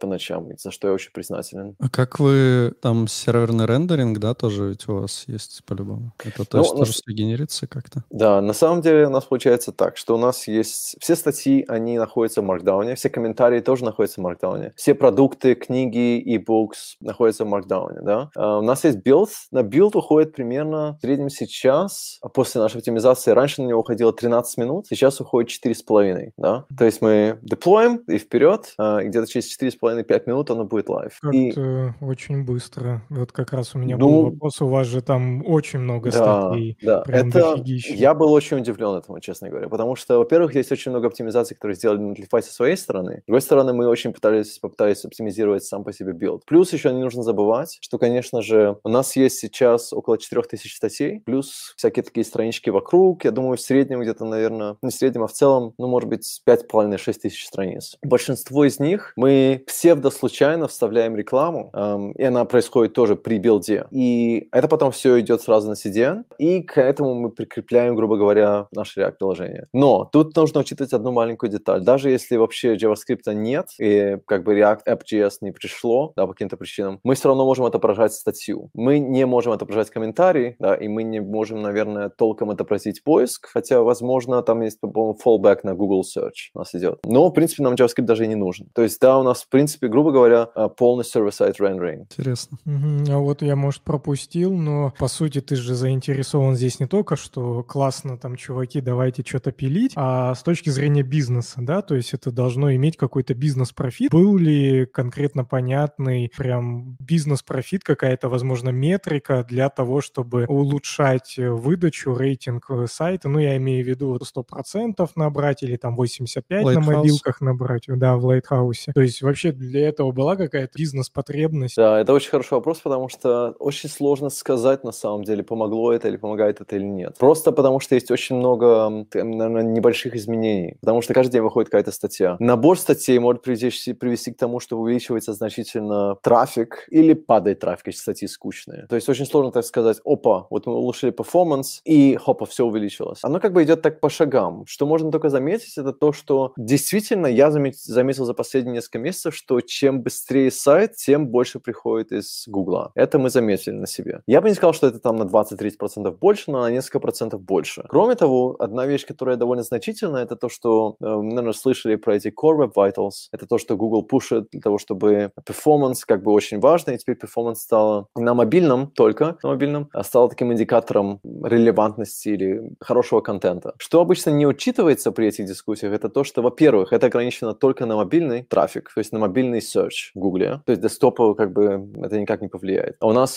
по ночам, за что я очень признателен. А как вы там серверный рендеринг, да, тоже ведь у вас есть по-любому? Это то Ну, есть тоже все генерится как-то? Да, на самом деле у нас получается так, что у нас есть все статьи, они находятся в Markdown, все комментарии тоже находятся в Markdown, все продукты, книги, e-books находятся в Markdown, да. У нас есть билд, на билд уходит примерно в среднем сейчас, после нашей оптимизации, раньше на него уходило 13 минут, сейчас уходит 4,5, да. То есть мы деплоим и вперед, и где-то через 4,5-5 минут оно будет лайв. Как-то очень быстро. Вот как раз у меня был Ну, вопрос, у вас же там очень много да, статей, да, прям это дофигища. я был очень удивлен этому, честно говоря, потому что, во-первых, есть очень много оптимизаций, которые сделали на Netlify со своей стороны. С другой стороны, мы очень попытались оптимизировать сам по себе билд. Плюс еще не нужно забывать, что, конечно же, у нас есть сейчас около 4000 статей, плюс всякие такие странички вокруг. Я думаю, в среднем где-то, наверное, не в среднем, а в целом, ну, может быть, 5,5-6 тысяч страниц. Большинство из них мы псевдо-случайно вставляем рекламу, и она происходит тоже при билде. И это потом все идет сразу на CDN, и к этому мы прикрепляем, грубо говоря, наше React-приложение. Но тут нужно учитывать одну маленькую деталь. Даже если вообще JavaScript нет, и как бы React App.js не пришло, да, по каким-то причинам, мы все равно можем отображать статью. Мы не можем отображать комментарии, да, и мы не можем, наверное, толком отобразить поиск, хотя, возможно, там есть, по-моему, fallback на Google Search у нас идет. Но, в принципе, нам JavaScript даже и не нужен. То есть, да, у нас, в принципе, грубо говоря, полный server-side rendering. Интересно. А вот я, может, пропустил, но, по сути, ты же заинтересован здесь не только, что классно там, чуваки, давайте что-то пилить, а с точки зрения бизнеса, да, то есть это должно иметь какой-то бизнес-профит. Был ли конкретно понятный прям бизнес-профит, какая-то, возможно, метрика для того, чтобы улучшать выдачу, рейтинг сайта? Ну, я имею в виду 100% набрать или там 85 на мобилках набрать, да, в Lighthouse. То есть вообще для этого была какая-то бизнес-потребность? Да, это очень хороший вопрос, потому что очень сложно сказать, на самом деле, помогло это или помогает это или нет. Просто потому что есть очень много, наверное, небольших изменений, потому что каждый день выходит какая-то статья. Набор статей может привести к тому, что увеличивается значительно трафик или падает трафик, если статьи скучные. То есть очень сложно так сказать, опа, вот мы улучшили перформанс, и хопа, все увеличилось. Оно как бы идет так по шагам. Что можно только заметить, это то, что действительно я заметил за последние несколько месяцев, что чем быстрее сайт, тем больше приходит из Гугла. Это мы заметили на себе. Я бы не сказал, что это там на 20-30% больше, но на несколько процентов больше. Кроме того, одна вещь, которая довольно значительная, это то, что, наверное, слышали про эти Core Web Vitals. Это то, что Google пушит для того, чтобы перформанс как бы очень важно, и теперь перформанс стал на мобильном, только на мобильном, а стал таким индикатором релевантности или хорошего контента. Что обычно не учитывается при этих дискуссиях, это то, что, во-первых, это ограничено только на мобильный трафик, то есть на мобильный search в Гугле. То есть десктопу как бы это никак не повлияет. А у нас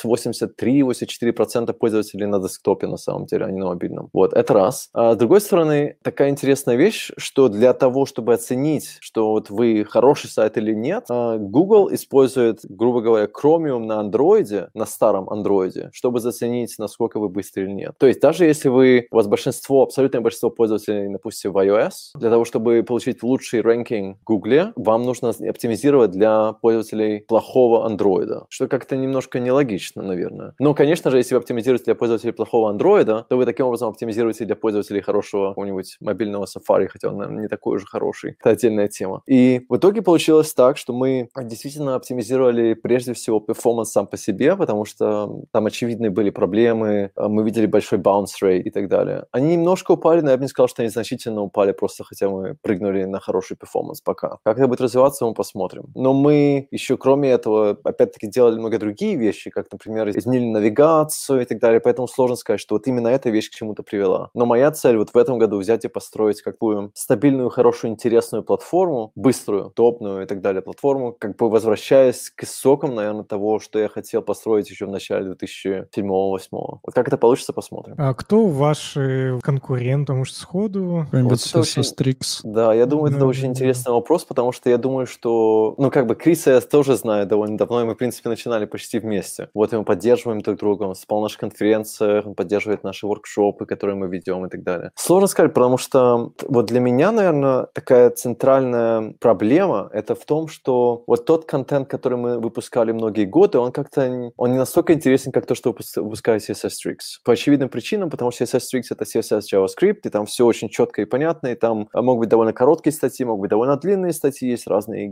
83-84% пользователей на десктопе на самом деле, а не на мобильном. Вот, это раз. А с другой стороны, такая интересная вещь, что для того, чтобы оценить, что вот вы хороший сайт или нет, Google использует, грубо говоря, Chromium на андроиде, на старом андроиде, чтобы заценить, насколько вы быстрый или нет. То есть даже если у вас большинство, абсолютное большинство пользователей, допустим, в iOS, для того, чтобы получить лучший рэнкинг в Гугле, вам нужно оптимизировать для пользователей плохого андроида, что как-то немножко нелогично, наверное. Но, конечно же, если вы оптимизируете для пользователей плохого андроида, то вы таким образом оптимизируете для пользователей хорошего какого-нибудь мобильного Safari, хотя он, наверное, не такой уже хороший. Это отдельная тема. И в итоге получилось так, что мы действительно оптимизировали прежде всего перформанс сам по себе, потому что там очевидные были проблемы, мы видели большой bounce rate и так далее. Они немножко упали, но я бы не сказал, что они значительно упали, просто хотя мы прыгнули на хороший перформанс пока. Как это будет развиваться, мы посмотрим. Но мы еще, кроме этого, опять-таки делали много другие вещи, как, например, изменили навигацию и так далее, поэтому сложно сказать, что вот именно эта вещь к чему-то привела. Но моя цель вот в этом году взять и построить какую стабильную, хорошую, интересную платформу, быструю, топную и так далее платформу, как бы возвращаясь к истокам, наверное, того, что я хотел построить еще в начале 2007-2008. Вот как это получится, посмотрим. А кто ваши конкуренты, может, сходу? Вот CSS-Tricks. Да, я думаю, это очень интересный вопрос, потому что я думаю, что, ну, как бы Криса я тоже знаю довольно давно, и мы, в принципе, начинали почти вместе. Вот и мы поддерживаем друг друга, он спал на наших конференциях, он поддерживает наши воркшопы, которые мы ведем и так далее. Сложно сказать, потому что вот для меня, наверное, такая центральная проблема это в том, что вот тот контент, который мы выпускали многие годы, он как-то, он не настолько интересен, как то, что выпускает CSS-Tricks. По очевидным причинам, потому что CSS-Tricks это CSS JavaScript, и там все очень четко и понятно, и там могут быть довольно короткие статьи, могут быть довольно длинные статьи, есть разные гиды,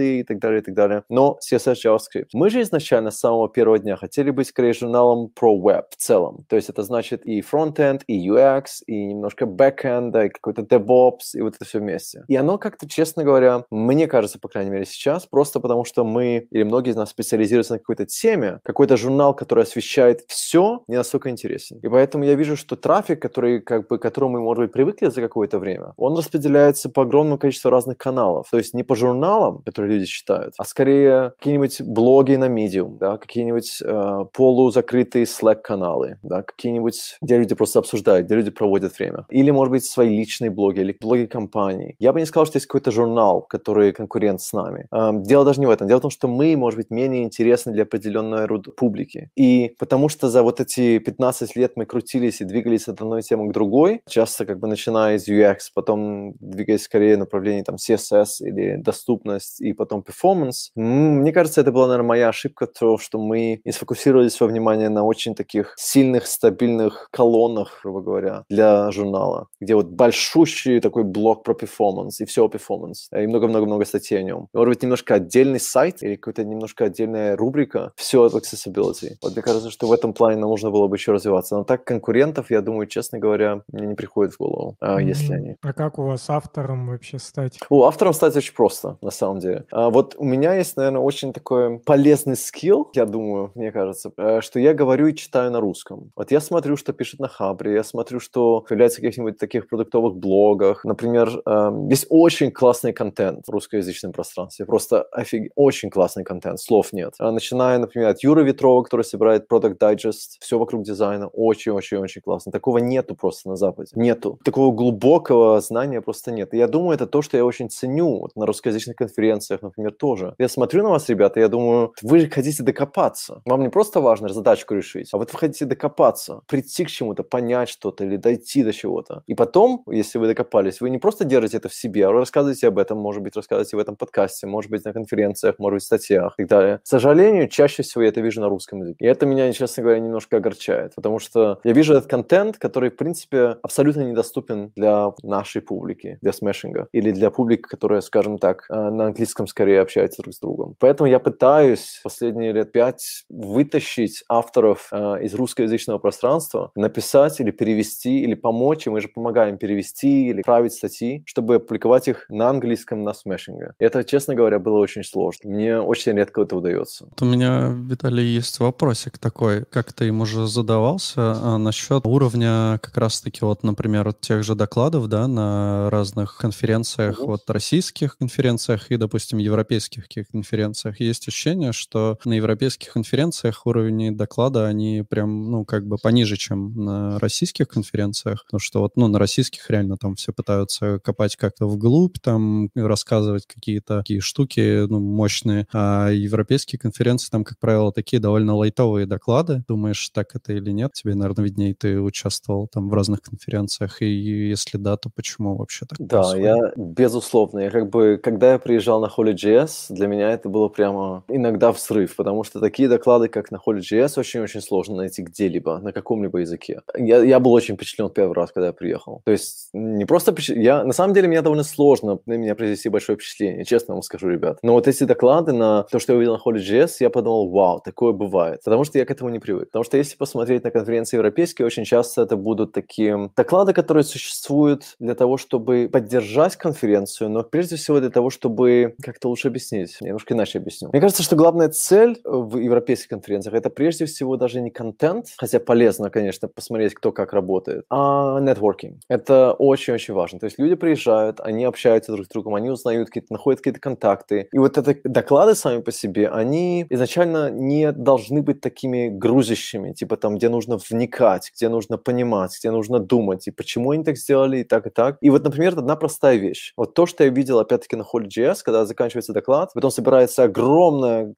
и так далее, и так далее. Но CSS, JavaScript. Мы же изначально с самого первого дня хотели быть, скорее, журналом про веб в целом. То есть это значит и фронтенд, и UX, и немножко бэкэнда, и какой-то DevOps, и вот это все вместе. И оно как-то, честно говоря, мне кажется, по крайней мере сейчас, просто потому что мы, или многие из нас специализируются на какой-то теме, какой-то журнал, который освещает все, не настолько интересен. И поэтому я вижу, что трафик, который, к которому мы, может быть, привыкли за какое-то время, он распределяется по огромному количеству разных каналов. То есть не по журналам, которые люди читают, а скорее какие-нибудь блоги на Medium, да, какие-нибудь полузакрытые Slack-каналы, да, какие-нибудь, где люди просто обсуждают, где люди проводят время. Или, может быть, свои личные блоги, или блоги компаний. Я бы не сказал, что есть какой-то журнал, который конкурент с нами. Дело даже не в этом. Дело в том, что мы, может быть, менее интересны для определенной публики. И потому что за вот эти 15 лет мы крутились и двигались от одной темы к другой, часто как бы начиная из UX, потом двигаясь скорее в направлении там CSS или доступность, и потом performance. Мне кажется, это была, наверное, моя ошибка, то, что мы не сфокусировались свое внимание на очень таких сильных, стабильных колоннах, грубо говоря, для журнала, где вот большущий такой блок про performance, и все о performance, и много-много-много статей о нем. Может быть, немножко отдельный сайт или какая-то немножко отдельная рубрика, все от accessibility. Вот мне кажется, что в этом плане нам нужно было бы еще развиваться. Но так конкурентов, я думаю, честно говоря, мне не приходит в голову, если они. А как у вас автором вообще стать? Автором стать очень просто, на самом деле. Вот у меня есть, наверное, очень такой полезный скилл, я думаю, мне кажется, что я говорю и читаю на русском. Вот я смотрю, что пишут на Хабре, я смотрю, что появляется в каких-нибудь таких продуктовых блогах. Например, есть очень классный контент в русскоязычном пространстве. Просто очень классный контент, слов нет. Начиная, например, от Юры Ветрова, который собирает Product Digest, все вокруг дизайна, очень-очень-очень классно. Такого нету просто на Западе. Нету. Такого глубокого знания просто нет. И я думаю, это то, что я очень ценю вот на русскоязычных конференциях, например, тоже. Я смотрю на вас, ребята, я думаю, вы же хотите докопаться. Вам не просто важно задачку решить, а вот вы хотите докопаться, прийти к чему-то, понять что-то или дойти до чего-то. И потом, если вы докопались, вы не просто держите это в себе, а вы рассказываете об этом, может быть, рассказываете в этом подкасте, может быть, на конференциях, может быть, в статьях и так далее. К сожалению, чаще всего я это вижу на русском языке. И это меня, честно говоря, немножко огорчает, потому что я вижу этот контент, который, в принципе, абсолютно недоступен для нашей публики, для смешинга, или для публики, которая, скажем так, на английском скорее общается друг с другом. Поэтому я пытаюсь последние лет 5 вытащить авторов из русскоязычного пространства, написать или перевести, или помочь, и мы же помогаем перевести или править статьи, чтобы опубликовать их на английском, на смешинге. И это, честно говоря, было очень сложно. Мне очень редко это удается. Вот у меня, Виталий, есть вопросик такой. Как ты им уже задавался насчет уровня как раз-таки вот, например, тех же докладов, да, на разных конференциях, вот российских конференциях и, допустим, европейских конференциях. Есть ощущение, что на европейских конференциях уровни доклада, они прям, ну, как бы пониже, чем на российских конференциях, потому что вот, ну, на российских реально там все пытаются копать как-то вглубь, там, рассказывать какие-то такие штуки, ну, мощные, а европейские конференции там, как правило, такие довольно лайтовые доклады. Думаешь, так это или нет? Тебе, наверное, виднее, ты участвовал там в разных конференциях, и если да, то почему вообще так происходит? Я, безусловно, я как бы, когда я приезжал на Holy.js, для меня это было прямо иногда взрыв, потому что такие доклады, как на Holy.js, очень-очень сложно найти где-либо, на каком-либо языке. Я был очень впечатлен первый раз, когда я приехал. То есть не просто на самом деле, мне довольно сложно на меня произвести большое впечатление, честно вам скажу, ребят. Но вот эти доклады на то, что я увидел на Holy.js, я подумал, вау, такое бывает. Потому что я к этому не привык. Потому что если посмотреть на конференции европейские, очень часто это будут такие доклады, которые существуют для того, чтобы поддержать конференцию, но прежде всего для того, чтобы как-то лучше объяснить. Я немножко иначе объясню. Мне кажется, что главная цель в европейских конференциях — это прежде всего даже не контент, хотя полезно, конечно, посмотреть, кто как работает, а networking. Это очень-очень важно. То есть люди приезжают, они общаются друг с другом, они узнают находят какие-то контакты. И вот это доклады сами по себе, они изначально не должны быть такими грузящими, типа там, где нужно вникать, где нужно понимать, где нужно думать, и почему они так сделали, и так, и так. И вот, например, одна простая вещь. Вот то, что я видел, опять-таки, на Holy.js, когда заканчивается доклад, потом собирается огромная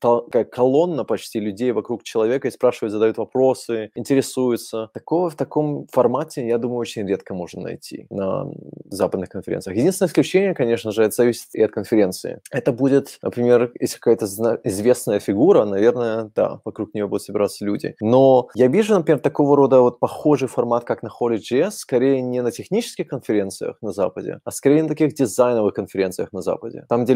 колонна почти людей вокруг человека и спрашивают, задают вопросы, интересуются. Такого в таком формате, я думаю, очень редко можно найти на западных конференциях. Единственное исключение, конечно же, это зависит и от конференции. Это будет, например, если какая-то известная фигура, наверное, да, вокруг нее будут собираться люди. Но я вижу, например, такого рода вот похожий формат, как на Holy.js, скорее не на технических конференциях на Западе, а скорее на таких дизайновых конференциях на Западе. Там, где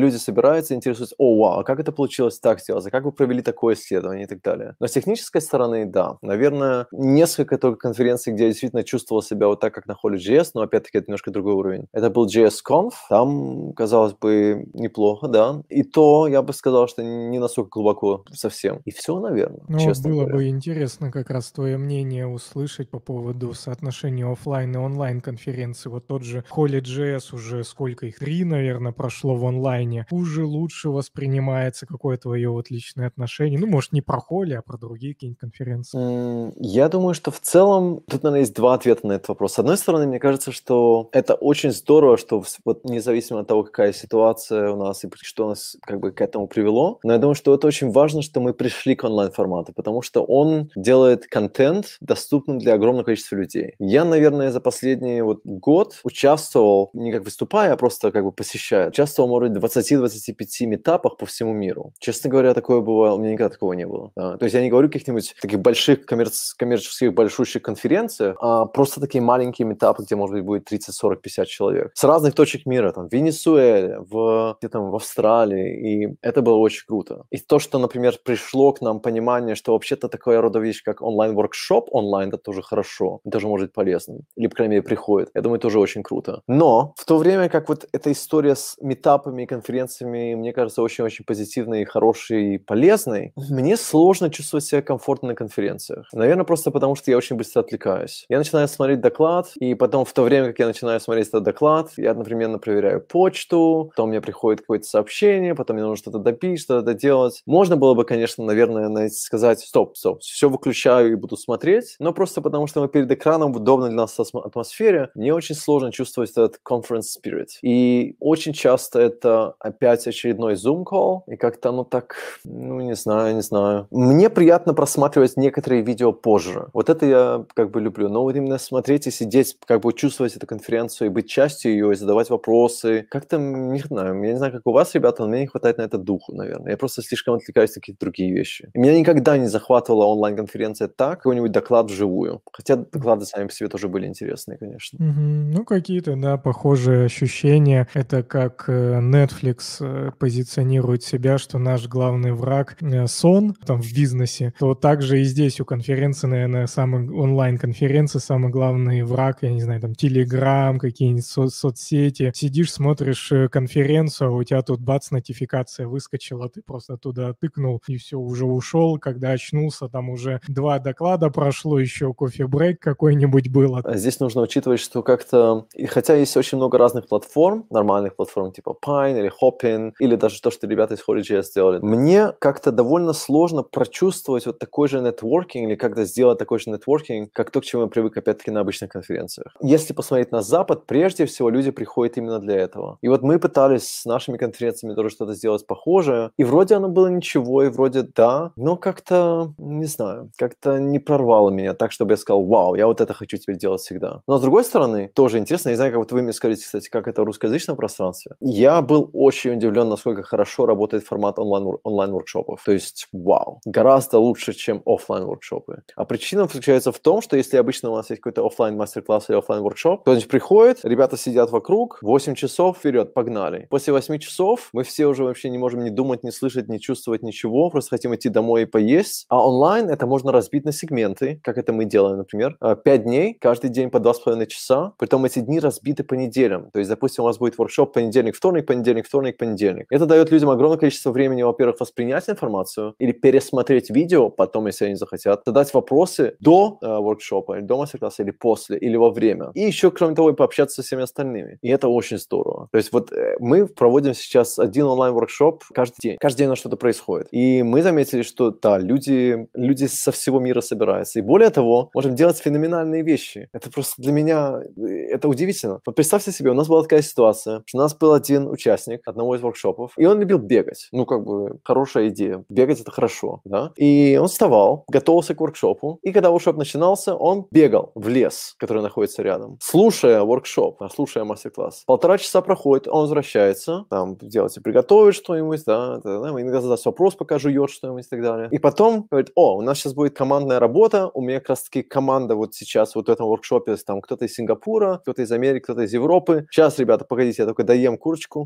люди собираются и интересуются, о, вау, а как это получилось так сделать, а как вы провели такое исследование и так далее. Но с технической стороны, да, наверное, несколько только конференций, где я действительно чувствовал себя вот так, как на Holi.js, но опять-таки это немножко другой уровень. Это был JSConf, там, казалось бы, неплохо, да, и то я бы сказал, что не настолько глубоко совсем. И все, наверное, Ну, честно было говоря. бы интересно как раз твое мнение услышать по поводу соотношения оффлайн и онлайн конференций. Вот тот же Holi.js уже сколько их, 3, наверное, прошло в онлайне. Хуже, лучше воспринимается, какое твое вот личное отношение? Ну, может, не про Holy, а про другие какие-нибудь конференции. Я думаю, что в целом тут, наверное, есть два ответа на этот вопрос. С одной стороны, мне кажется, что это очень здорово, что вот независимо от того, какая ситуация у нас и что нас как бы к этому привело, но я думаю, что это очень важно, что мы пришли к онлайн-формату, потому что он делает контент доступным для огромного количества людей. Я, наверное, за последний вот год участвовал, не как выступая, а просто как бы посещая, участвовал, может быть, в 20-25 митапах по всему миру. Честно говоря, такое бывало, у меня никогда такого не было. Да. То есть я не говорю о каких-нибудь таких больших коммерческих большущих конференциях, а просто такие маленькие митапы, где, может быть, будет 30, 40, 50 человек. С разных точек мира, там, в Венесуэле, в Австралии, и это было очень круто. И то, что, например, пришло к нам понимание, что вообще-то такая рода вещь, как онлайн-воркшоп, онлайн, это тоже хорошо, тоже может быть полезным. Или, по крайней мере, приходит. Я думаю, тоже очень круто. Но в то время, как вот эта история с митапами и конференциями, мне кажется, очень-очень позитивной, хорошей и полезной, мне сложно чувствовать себя комфортно на конференциях. Наверное, просто потому, что я очень быстро отвлекаюсь. Я начинаю смотреть доклад, и потом в то время, как я начинаю смотреть этот доклад, я одновременно проверяю почту, потом мне приходит какое-то сообщение, потом мне нужно что-то допить, что-то доделать. Можно было бы, конечно, наверное, сказать, стоп, все выключаю и буду смотреть, но просто потому, что мы перед экраном в удобной для нас атмосфере, мне очень сложно чувствовать этот conference spirit. И очень часто это опять очередной Zoom call, и как-то оно так, не знаю. Мне приятно просматривать некоторые видео позже. Вот это я как бы люблю. Но вот именно смотреть и сидеть, как бы чувствовать эту конференцию и быть частью ее, и задавать вопросы. Как-то, не знаю, я не знаю, как у вас, ребята, но мне не хватает на это духу, наверное. Я просто слишком отвлекаюсь на какие-то другие вещи. И меня никогда не захватывала онлайн-конференция так, какой-нибудь доклад вживую. Хотя доклады сами по себе тоже были интересные, конечно. Ну, какие-то, да, похожие ощущения. Это как Netflix позиционирует себя, что наш главный враг сон там в бизнесе, то также и здесь у конференции, наверное, онлайн-конференции самый главный враг, я не знаю, там Telegram, какие-нибудь соцсети. Сидишь, смотришь конференцию, а у тебя тут бац, нотификация выскочила, ты просто туда тыкнул и все, уже ушел. Когда очнулся, там уже 2 доклада прошло, еще кофе-брейк какой-нибудь был. Здесь нужно учитывать, что как-то, и хотя есть очень много разных платформ, нормальных платформ типа Pine или Hopin, или даже то, что ребята из Holi.js сделали, мне как-то довольно сложно прочувствовать вот такой же нетворкинг или как-то сделать такой же нетворкинг, как то, к чему я привык, опять-таки, на обычных конференциях. Если посмотреть на Запад, прежде всего люди приходят именно для этого. И вот мы пытались с нашими конференциями тоже что-то сделать похожее, и вроде оно было ничего, и вроде да, но как-то, не знаю, как-то не прорвало меня так, чтобы я сказал, вау, я вот это хочу теперь делать всегда. Но с другой стороны, тоже интересно, не знаю, как вот вы мне скажете, кстати, как это в русскоязычном пространстве. Я был очень удивлен, насколько хорошо работает формат онлайн-воркшопов. То есть, вау, гораздо лучше, чем офлайн-воркшопы. А причина заключается в том, что если обычно у нас есть какой-то офлайн мастер-класс или офлайн воркшоп, кто-нибудь приходит, ребята сидят вокруг, 8 часов вперед, погнали. После 8 часов мы все уже вообще не можем ни думать, ни слышать, ни чувствовать ничего, просто хотим идти домой и поесть. А онлайн это можно разбить на сегменты, как это мы делаем, например. 5 дней, каждый день по 2,5 часа, притом эти дни разбиты по неделям. То есть, допустим, у вас будет воркшоп понедельник, вторник, понедельник, вторник, понедельник. Это дает людям огромное количество времени, во-первых, воспринять информацию или пересмотреть видео, потом, если они захотят, задать вопросы до воркшопа, или до мастер-класса, или после, или во время. И еще, кроме того, и пообщаться со всеми остальными. И это очень здорово. То есть вот мы проводим сейчас один онлайн-воркшоп каждый день. Каждый день у нас что-то происходит. И мы заметили, что да, люди со всего мира собираются. И более того, можем делать феноменальные вещи. Это просто для меня, это удивительно. Вот представьте себе, у нас была такая ситуация, что у нас был один участник одного из воркшопов, и он любил бегать. Ну, как бы, хорошая идея. Бегать – это хорошо, да? И он вставал, готовился к воркшопу, и когда воркшоп начинался, он бегал в лес, который находится рядом, слушая воркшоп, слушая мастер-класс. 1,5 часа проходит, он возвращается, там, делать и приготовить что-нибудь, да, иногда задаст вопрос, пока жует что-нибудь и так далее. И потом говорит, у нас сейчас будет командная работа, у меня как раз-таки команда вот сейчас вот в этом воркшопе, там, кто-то из Сингапура, кто-то из Америки, кто-то из Европы. Сейчас, ребята, погодите, я только доем курочку. Садится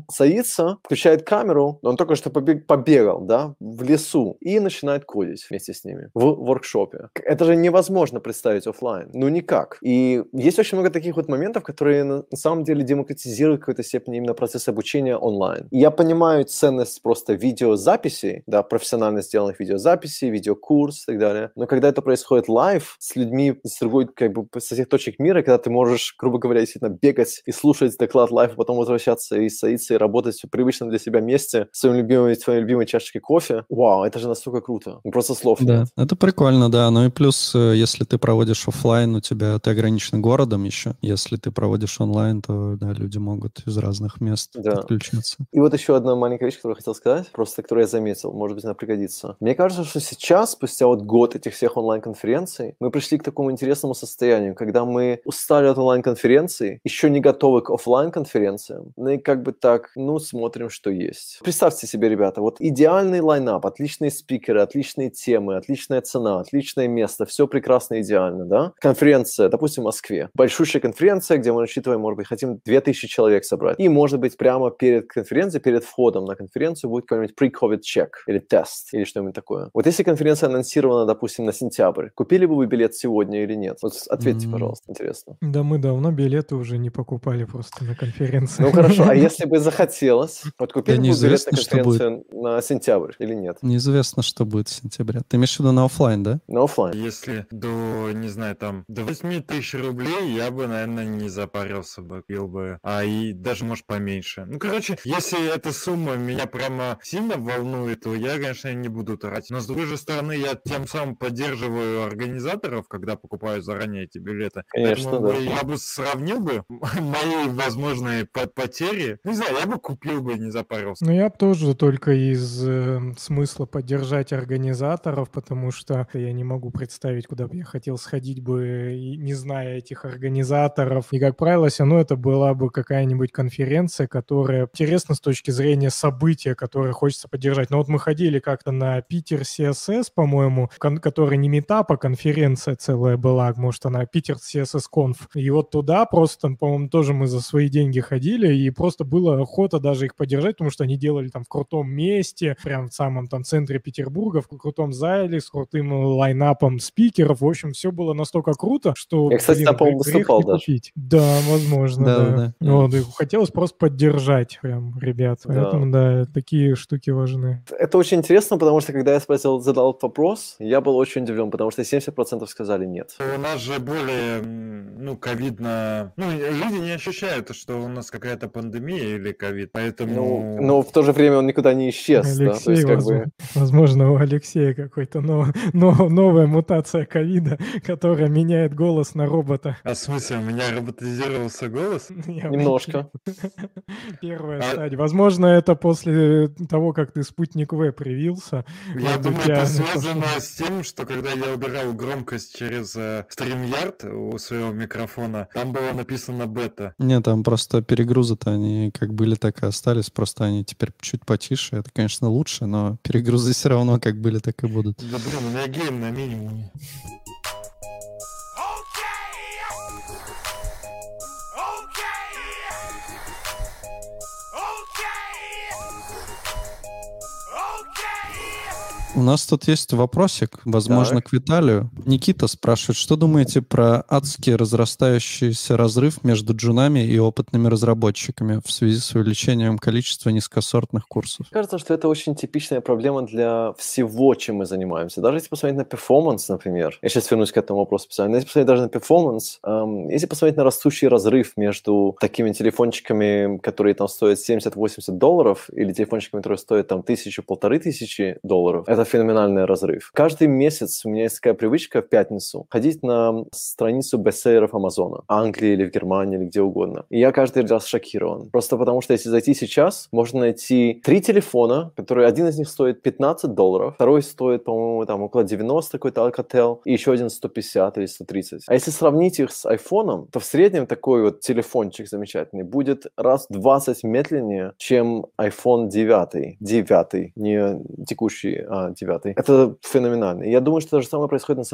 садится, включает камеру, он только что побегал, да, в лесу и начинает кодить вместе с ними в воркшопе. Это же невозможно представить офлайн, ну никак. И есть очень много таких вот моментов, которые на самом деле демократизируют в какой-то степени именно процесс обучения онлайн. И я понимаю ценность просто видеозаписей, да, профессионально сделанных видеозаписей, видеокурс и так далее. Но когда это происходит лайв с людьми с другой, как бы, со всех точек мира, когда ты можешь, грубо говоря, действительно бегать и слушать доклад лайв, а потом возвращаться и садиться и работать в привычном для себя месте с своей любимой чашечкой кофе, вау, это же настолько круто. Просто слов Да, нет. это прикольно, да. Ну и плюс, если ты проводишь офлайн, у тебя ты ограничен городом еще. Если ты проводишь онлайн, то да, люди могут из разных мест подключиться. И вот еще одна маленькая вещь, которую я хотел сказать, просто которую я заметил, может быть, она пригодится. Мне кажется, что сейчас, спустя вот год этих всех онлайн-конференций, мы пришли к такому интересному состоянию, когда мы устали от онлайн-конференций, еще не готовы к офлайн-конференциям, ну и как бы так, ну, смотрим, что есть. Представьте себе, ребята, вот идеальный лайнап, отличные спикеры, отличные темы, отличная цена, отличное место, все прекрасно, идеально, да? Конференция, допустим, в Москве. Большущая конференция, где мы рассчитываем, может быть, хотим 2000 человек собрать. И, может быть, прямо перед конференцией, перед входом на конференцию будет какой-нибудь pre-COVID check или тест, или что-нибудь такое. Вот если конференция анонсирована, допустим, на сентябрь, купили бы вы билет сегодня или нет? Вот ответьте, пожалуйста, интересно. Да мы давно билеты уже не покупали просто на конференции. Ну хорошо, а если бы захотелось, вот купили бы билет на неизвестно, что конференцию на сентябрь или нет? Неизвестно, что будет в сентябре. Ты имеешь в виду на офлайн, да? На офлайн. Если до, не знаю, там, до 8 тысяч рублей я бы, наверное, не запарился бы, пил бы, а и даже, может, поменьше. Ну, короче, если эта сумма меня прямо сильно волнует, то я, конечно, не буду тратить. Но, с другой же стороны, я тем самым поддерживаю организаторов, когда покупаю заранее эти билеты. Конечно, поэтому да. я бы сравнил бы мои возможные потери. Не знаю, я бы купил бы, не запарился. Ну, я бы тоже только из смысла поддержать организаторов, потому что я не могу представить, куда бы я хотел сходить бы, и не зная этих организаторов. И, как правило, все равно это была бы какая-нибудь конференция, которая интересна с точки зрения события, которое хочется поддержать. Но вот мы ходили как-то на Питер CSS, по-моему, который не метап, а конференция целая была, может, она Питер CSS Conf. И вот туда просто, по-моему, тоже мы за свои деньги ходили, и просто было охота даже их поддержать, потому что они делали там в крутом месте, прям в самом там центре Петербурга, в крутом зале, с крутым лайнапом спикеров. В общем, все было настолько круто, что, Я, кстати, там, по-моему, грех выступал не даже. купить. Да, возможно, да. Да. Вот, и хотелось просто поддержать прям ребят. Да. Поэтому, да, такие штуки важны. Это очень интересно, потому что, когда я задал этот вопрос, я был очень удивлен, потому что 70% сказали нет. У нас же более, ну, ковидно... Ну, люди не ощущают, что у нас какая-то пандемия или ковид, поэтому... Но в то же время он никуда не исчез, да? То есть, как бы... Возможно, у Алексея какой-то новая мутация ковида, которая меняет голос на робота. А в смысле, у меня роботизировался голос? Немножко. Первая стадия. Возможно, это после того, как ты спутник В привился. Я думаю, это связано с тем, что когда я убирал громкость через StreamYard у своего микрофона, там было написано бета. Нет, там просто перегрузы-то они как были, так и остались, просто они теперь чуть потише. Это, конечно, лучше, но перегрузы все равно как были, так и будут. Да блин, у меня гейм на минимуме. У нас тут есть вопросик, возможно, к Виталию. Никита спрашивает, что думаете про адски разрастающийся разрыв между джунами и опытными разработчиками в связи с увеличением количества низкосортных курсов? Мне кажется, что это очень типичная проблема для всего, чем мы занимаемся. Даже если посмотреть на перформанс, например, я сейчас вернусь к этому вопросу специально, если посмотреть даже на перформанс, если посмотреть на растущий разрыв между такими телефончиками, которые там стоят $70-80, или телефончиками, которые стоят там 1000-1500 $, это феноменальный разрыв. Каждый месяц у меня есть такая привычка в пятницу ходить на страницу бестселлеров Амазона, Англии или в Германии, или где угодно. И я каждый раз шокирован. Просто потому что если зайти сейчас, можно найти 3 телефона, которые один из них стоит $15, второй стоит, по-моему, там около 90, какой-то Alcatel, и еще один 150 или 130. А если сравнить их с айфоном, то в среднем такой вот телефончик замечательный будет раз в 20 медленнее, чем iPhone 9, не текущий, а 9. Это феноменально. И я думаю, что то же самое происходит на самом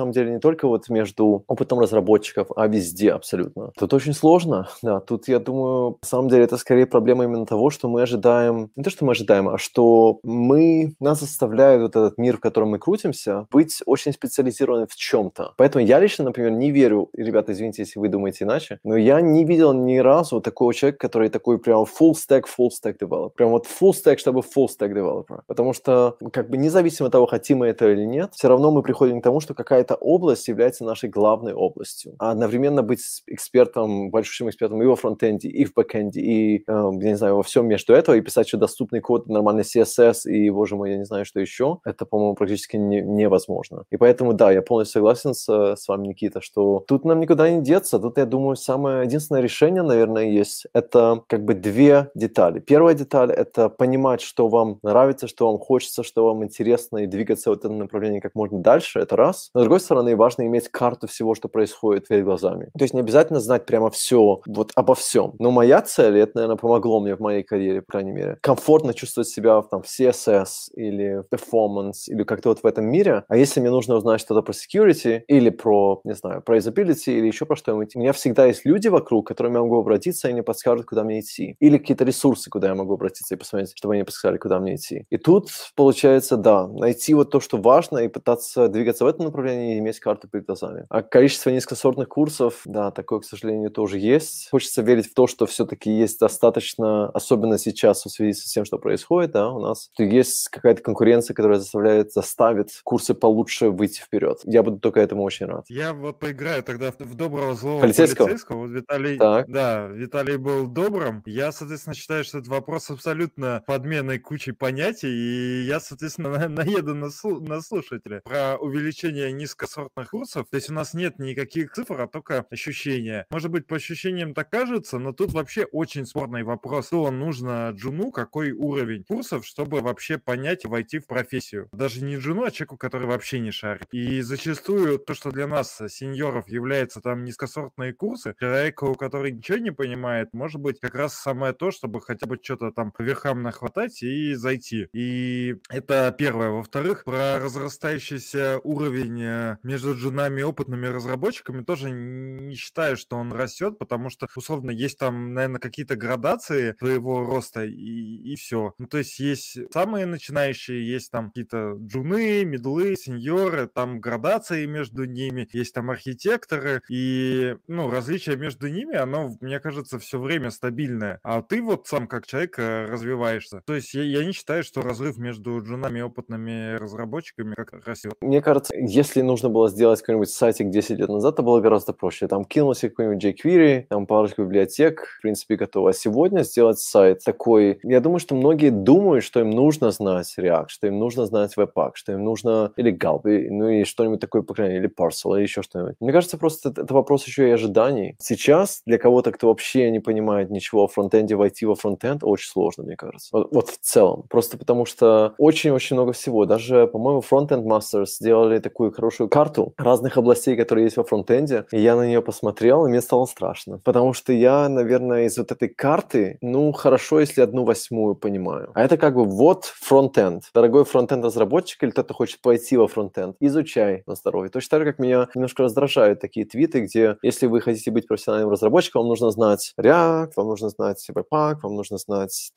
самом деле не только вот между опытом разработчиков, а везде абсолютно. Тут очень сложно, да. Тут, я думаю, на самом деле это скорее проблема именно того, что мы ожидаем, не то, что мы ожидаем, а что нас заставляет вот этот мир, в котором мы крутимся, быть очень специализированным в чем-то. Поэтому я лично, например, не верю, и, ребята, извините, если вы думаете иначе, но я не видел ни разу такого человека, который такой прям full stack developer. Прям вот full stack, чтобы full stack developer. Потому что, как бы, независимо от того, хотим мы это или нет, все равно мы приходим к тому, что какая-то область является нашей главной областью. А одновременно быть экспертом, большим экспертом и во фронтенде, и в бэкенде, и, я не знаю, во всем между этого, и писать еще доступный код, нормальный CSS, и, боже мой, я не знаю, что еще, это, по-моему, практически невозможно. И поэтому, да, я полностью согласен с вами, Никита, что тут нам никуда не деться. Тут, я думаю, самое единственное решение, наверное, есть, это как бы две детали. Первая деталь — это понимать, что вам нравится, что вам хочется, что вам интересно, и двигаться в этом направлении как можно дальше, это раз. Но, с другой стороны, важно иметь карту всего, что происходит перед глазами. То есть не обязательно знать прямо все, вот обо всем. Но моя цель, и это, наверное, помогло мне в моей карьере, по крайней мере, комфортно чувствовать себя в CSS или в performance, или как-то вот в этом мире. А если мне нужно узнать что-то про security, или про, не знаю, про usability, или еще про что-нибудь, у меня всегда есть люди вокруг, к которым я могу обратиться, и они подскажут, куда мне идти. Или какие-то ресурсы, куда я могу обратиться и посмотреть, чтобы они подсказали, куда мне идти. И тут, получается, да, найти вот то, что важно, и пытаться двигаться в этом направлении и иметь карту перед глазами. А количество низкосортных курсов, да, такое, к сожалению, тоже есть. Хочется верить в то, что все-таки есть достаточно, особенно сейчас в связи с тем, что происходит, да, у нас, что есть какая-то конкуренция, которая заставит курсы получше выйти вперед. Я буду только этому очень рад. Я вот поиграю тогда в доброго злого Полицейского. Вот Виталий, Так. да, Виталий был добрым. Я, соответственно, считаю, что это вопрос абсолютно подменной кучей понятий, и я, соответственно, наеду на слушателя про увеличение низкосортных курсов. То есть у нас нет никаких цифр, а только ощущения. Может быть, по ощущениям так кажется, но тут вообще очень спорный вопрос. Что нужно джуну, какой уровень курсов, чтобы вообще понять и войти в профессию. Даже не джуну, а человеку, который вообще не шарит. И зачастую то, что для нас, сеньоров, является там низкосортные курсы, человеку, который ничего не понимает, может быть как раз самое то, чтобы хотя бы что-то там по верхам нахватать и зайти. И это первое. Во-вторых, про разрастающийся уровень между джунами и опытными разработчиками тоже не считаю, что он растет, потому что, условно, есть там, наверное, какие-то градации твоего роста и все. Ну, то есть самые начинающие, есть там какие-то джуны, мидлы, сеньоры, там градации между ними, есть там архитекторы, и, различие между ними, оно, мне кажется, все время стабильное. А ты вот сам как человек развиваешься. То есть я не считаю, что разрыв между джунами и опытными разработчиками как-то растет. Мне кажется, если нужно было сделать какой-нибудь сайтик 10 лет назад, это было гораздо проще. Там кинулся какой-нибудь jQuery, там парочку библиотек, в принципе, готово. А сегодня сделать сайт такой... Я думаю, что многие думают, что им нужно знать React, что им нужно знать Webpack, что им нужно или Gulp, и что-нибудь такое, по крайней мере, или Parcel, или еще что-нибудь. Мне кажется, просто это вопрос еще и ожиданий. Сейчас для кого-то, кто вообще не понимает ничего о фронтенде, войти во фронтенд очень сложно, мне кажется. Вот в целом. Просто потому что очень-очень много всего. Даже, по-моему, Frontend Masters сделали такую хорошую карту разных областей, которые есть во фронтенде, и я на нее посмотрел, и мне стало страшно. Потому что я, наверное, из вот этой карты, хорошо, если 1/8 понимаю. А это как бы вот фронтенд. Дорогой фронтенд-разработчик или кто-то хочет пойти во фронтенд, изучай на здоровье. Точно так же, как меня немножко раздражают такие твиты, где если вы хотите быть профессиональным разработчиком, вам нужно знать React, вам нужно знать Webpack, вам нужно знать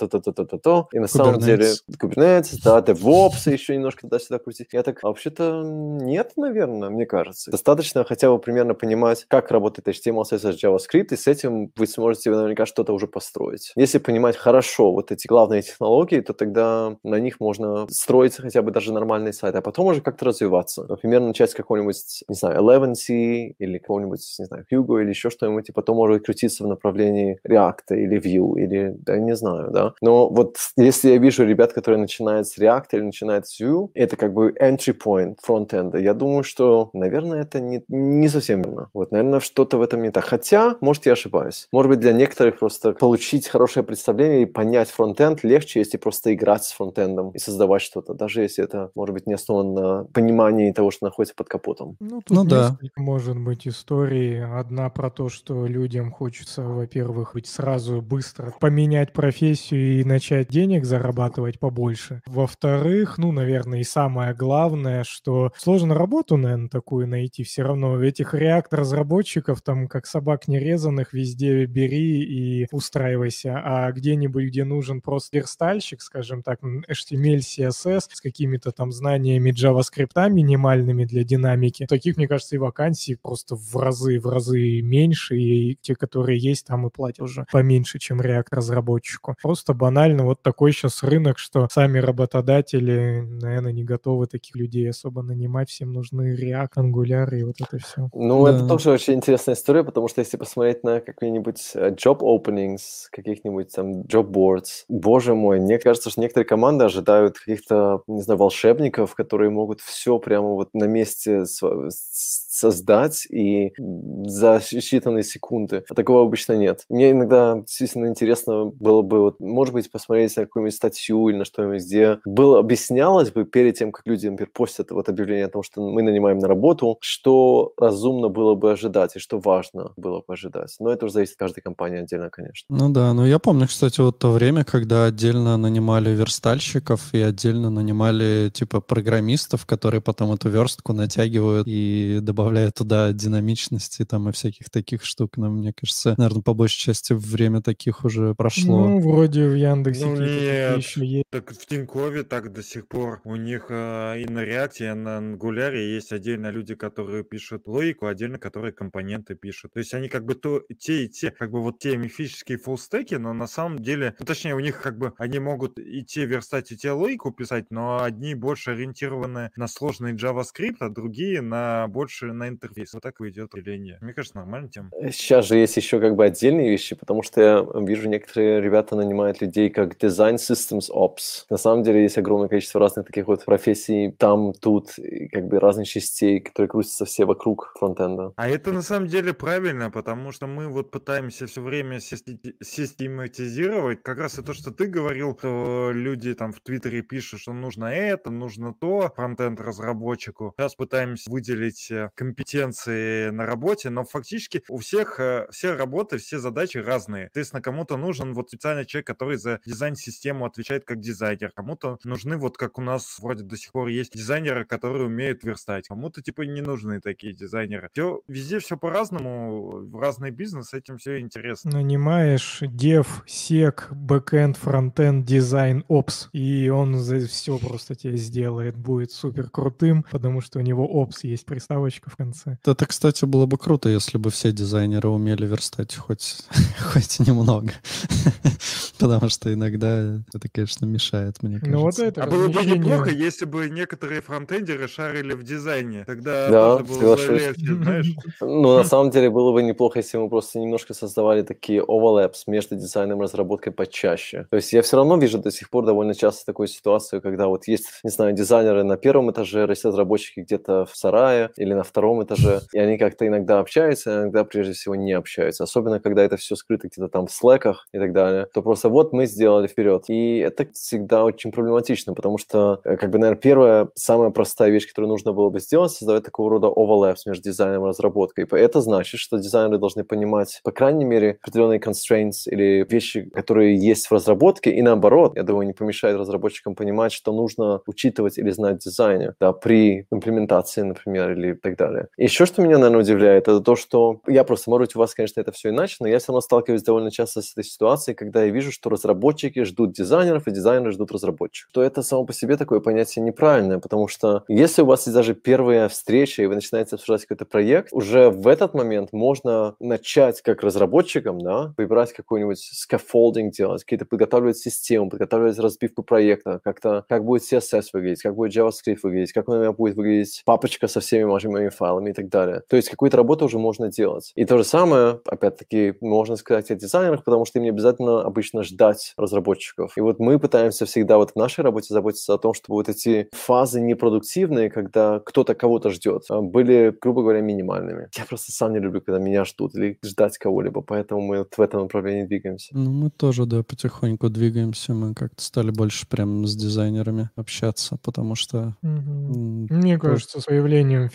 то-то. И на самом деле Kubernetes, да, DevOps еще немножко туда-сюда крутить. Я так, вообще-то нет, наверное, мне кажется. Достаточно хотя бы примерно понимать, как работает HTML, CSS, JavaScript, и с этим вы сможете наверняка что-то уже построить. Если понимать хорошо вот эти главные технологии, то тогда на них можно строить хотя бы даже нормальный сайт, а потом уже как-то развиваться. Например, начать с какого-нибудь, не знаю, 11C или какого-нибудь, не знаю, Hugo или еще что-нибудь, и потом может крутиться в направлении React или Vue или, да, не знаю, да. Но вот если я вижу ребят, которые начинают с React или начинают с Vue, это как бы entry point фронтенда. Я думаю, что, наверное, это не совсем верно. Вот, наверное, что-то в этом не так. Хотя, может, я ошибаюсь. Может быть, для некоторых просто получить хорошее представление и понять фронтенд легче, если просто играть с фронтендом и создавать что-то, даже если это, может быть, не основано на понимании того, что находится под капотом. Тут несколько, может быть, историй. Одна про то, что людям хочется, во-первых, быть сразу быстро поменять профессию и начать денег зарабатывать побольше. Во-вторых, наверное, и самое главное, что сложно работу, наверное, такую найти все равно. Этих React-разработчиков там как собак нерезанных везде бери и устраивайся. А где-нибудь, где нужен просто верстальщик, скажем так, HTML, CSS с какими-то там знаниями JavaScript минимальными для динамики, таких, мне кажется, и вакансий просто в разы меньше, и те, которые есть, там и платят уже поменьше, чем React-разработчику. Просто банально вот такой сейчас рынок, что сами работодатели, наверное, не готовы таких людей особо нанимать, всем нужны React, Angular и вот это все. Ну, это Да. тоже очень интересная история, потому что если посмотреть на какие-нибудь job openings, каких-нибудь там job boards, боже мой, мне кажется, что некоторые команды ожидают каких-то, не знаю, волшебников, которые могут все прямо вот на месте создать и за считанные секунды. А такого обычно нет. Мне иногда действительно интересно было бы, вот, может быть, посмотреть на какую-нибудь статью или на что-нибудь, где было, объяснялось бы перед тем, как люди, например, постят вот объявление о том, что мы нанимаем на работу, что разумно было бы ожидать и что важно было бы ожидать. Но это уже зависит от каждой компании отдельно, конечно. Ну да, но я помню, кстати, вот то время, когда отдельно нанимали верстальщиков и отдельно нанимали типа программистов, которые потом эту верстку натягивают и добавляют туда динамичности там и всяких таких штук. Но мне кажется, наверное, по большей части время таких уже прошло. Ну, вроде в Яндексе Ну какие-то такие нет, еще есть. так в Тинькове так до сих пор. У них и на React, и на Angular есть отдельно люди, которые пишут логику, отдельно которые компоненты пишут. То есть они как бы те и те, как бы вот те мифические фуллстеки, но на самом деле, ну, точнее, у них как бы они могут и те верстать, и те логику писать, но одни больше ориентированы на сложный JavaScript, а другие больше на интерфейс. Вот так идет деление. Мне кажется, нормальная тема. Сейчас же есть еще как бы отдельные вещи, потому что я вижу, некоторые ребята нанимают людей как Design Systems Ops. На самом деле есть огромное количество разных таких вот профессий там, тут, и как бы разных частей, которые крутятся все вокруг фронтенда. А это на самом деле правильно, потому что мы вот пытаемся все время систематизировать. Как раз и то, что ты говорил, что люди там в Твиттере пишут, что нужно это, нужно то, фронтенд-разработчику. Сейчас пытаемся выделить компетенции на работе, но фактически у всех все работы, все задачи разные. Соответственно, кому-то нужен вот специальный человек, который за дизайн-систему отвечает как дизайнер. Кому-то нужны, вот как у нас вроде до сих пор есть дизайнеры, которые умеют верстать. Кому-то типа не нужны такие дизайнеры. Везде все по-разному, в разный бизнес, этим все интересно. Нанимаешь дев, сек, бэкэнд, фронтенд, дизайн, опс, и он за все просто тебе сделает, будет супер крутым, потому что у него опс есть приставочка в конце. Это, кстати, было бы круто, если бы все дизайнеры умели верстать хоть немного. Потому что иногда это, конечно, мешает, мне кажется. Ну вот это А было бы размещение- неплохо, если бы некоторые фронтендеры шарили в дизайне. Тогда Да, можно было бы соглашусь. легче, знаешь. Ну, на самом деле, было бы неплохо, если мы просто немножко создавали такие overlaps между дизайном и разработкой почаще. То есть я все равно вижу до сих пор довольно часто такую ситуацию, когда вот есть, не знаю, дизайнеры на первом этаже, разработчики где-то в сарае или на втором этаже, и они как-то иногда общаются, а иногда, прежде всего, не общаются. Особенно, когда это все скрыто где-то там в слэках и так далее, то просто вот мы сделали вперед. И это всегда очень проблематично, потому что, как бы, наверное, первая, самая простая вещь, которую нужно было бы сделать, создавать такого рода overlaps между дизайном и разработкой. Это значит, что дизайнеры должны понимать, по крайней мере, определенные constraints или вещи, которые есть в разработке, и наоборот, я думаю, не помешает разработчикам понимать, что нужно учитывать или знать в дизайне, да, при имплементации, например, или так далее. И еще, что меня, наверное, удивляет, это то, что я просто, может быть, у вас, конечно, это все иначе, но я все равно сталкиваюсь довольно часто с этой ситуацией, когда я вижу, что разработчики ждут дизайнеров, и дизайнеры ждут разработчиков. То это само по себе такое понятие неправильное, потому что если у вас есть даже первая встреча, и вы начинаете обсуждать какой-то проект, уже в этот момент можно начать как разработчикам, да, выбирать какой-нибудь scaffolding делать, какие-то подготавливать систему, подготавливать разбивку проекта, как будет CSS выглядеть, как будет JavaScript выглядеть, как у меня будет выглядеть папочка со всеми моими файлами и так далее. То есть какую-то работу уже можно делать. И то же самое, опять-таки, можно сказать о дизайнерах, потому что им не обязательно обычно ждать разработчиков. И вот мы пытаемся всегда вот в нашей работе заботиться о том, чтобы вот эти фазы непродуктивные, когда кто-то кого-то ждет, были, грубо говоря, минимальными. Я просто сам не люблю, когда меня ждут или ждать кого-либо, поэтому мы вот в этом направлении двигаемся. Ну, мы тоже, да, потихоньку двигаемся. Мы как-то стали больше прям с дизайнерами общаться, потому что... Мне тоже- кажется, с появлением фигмы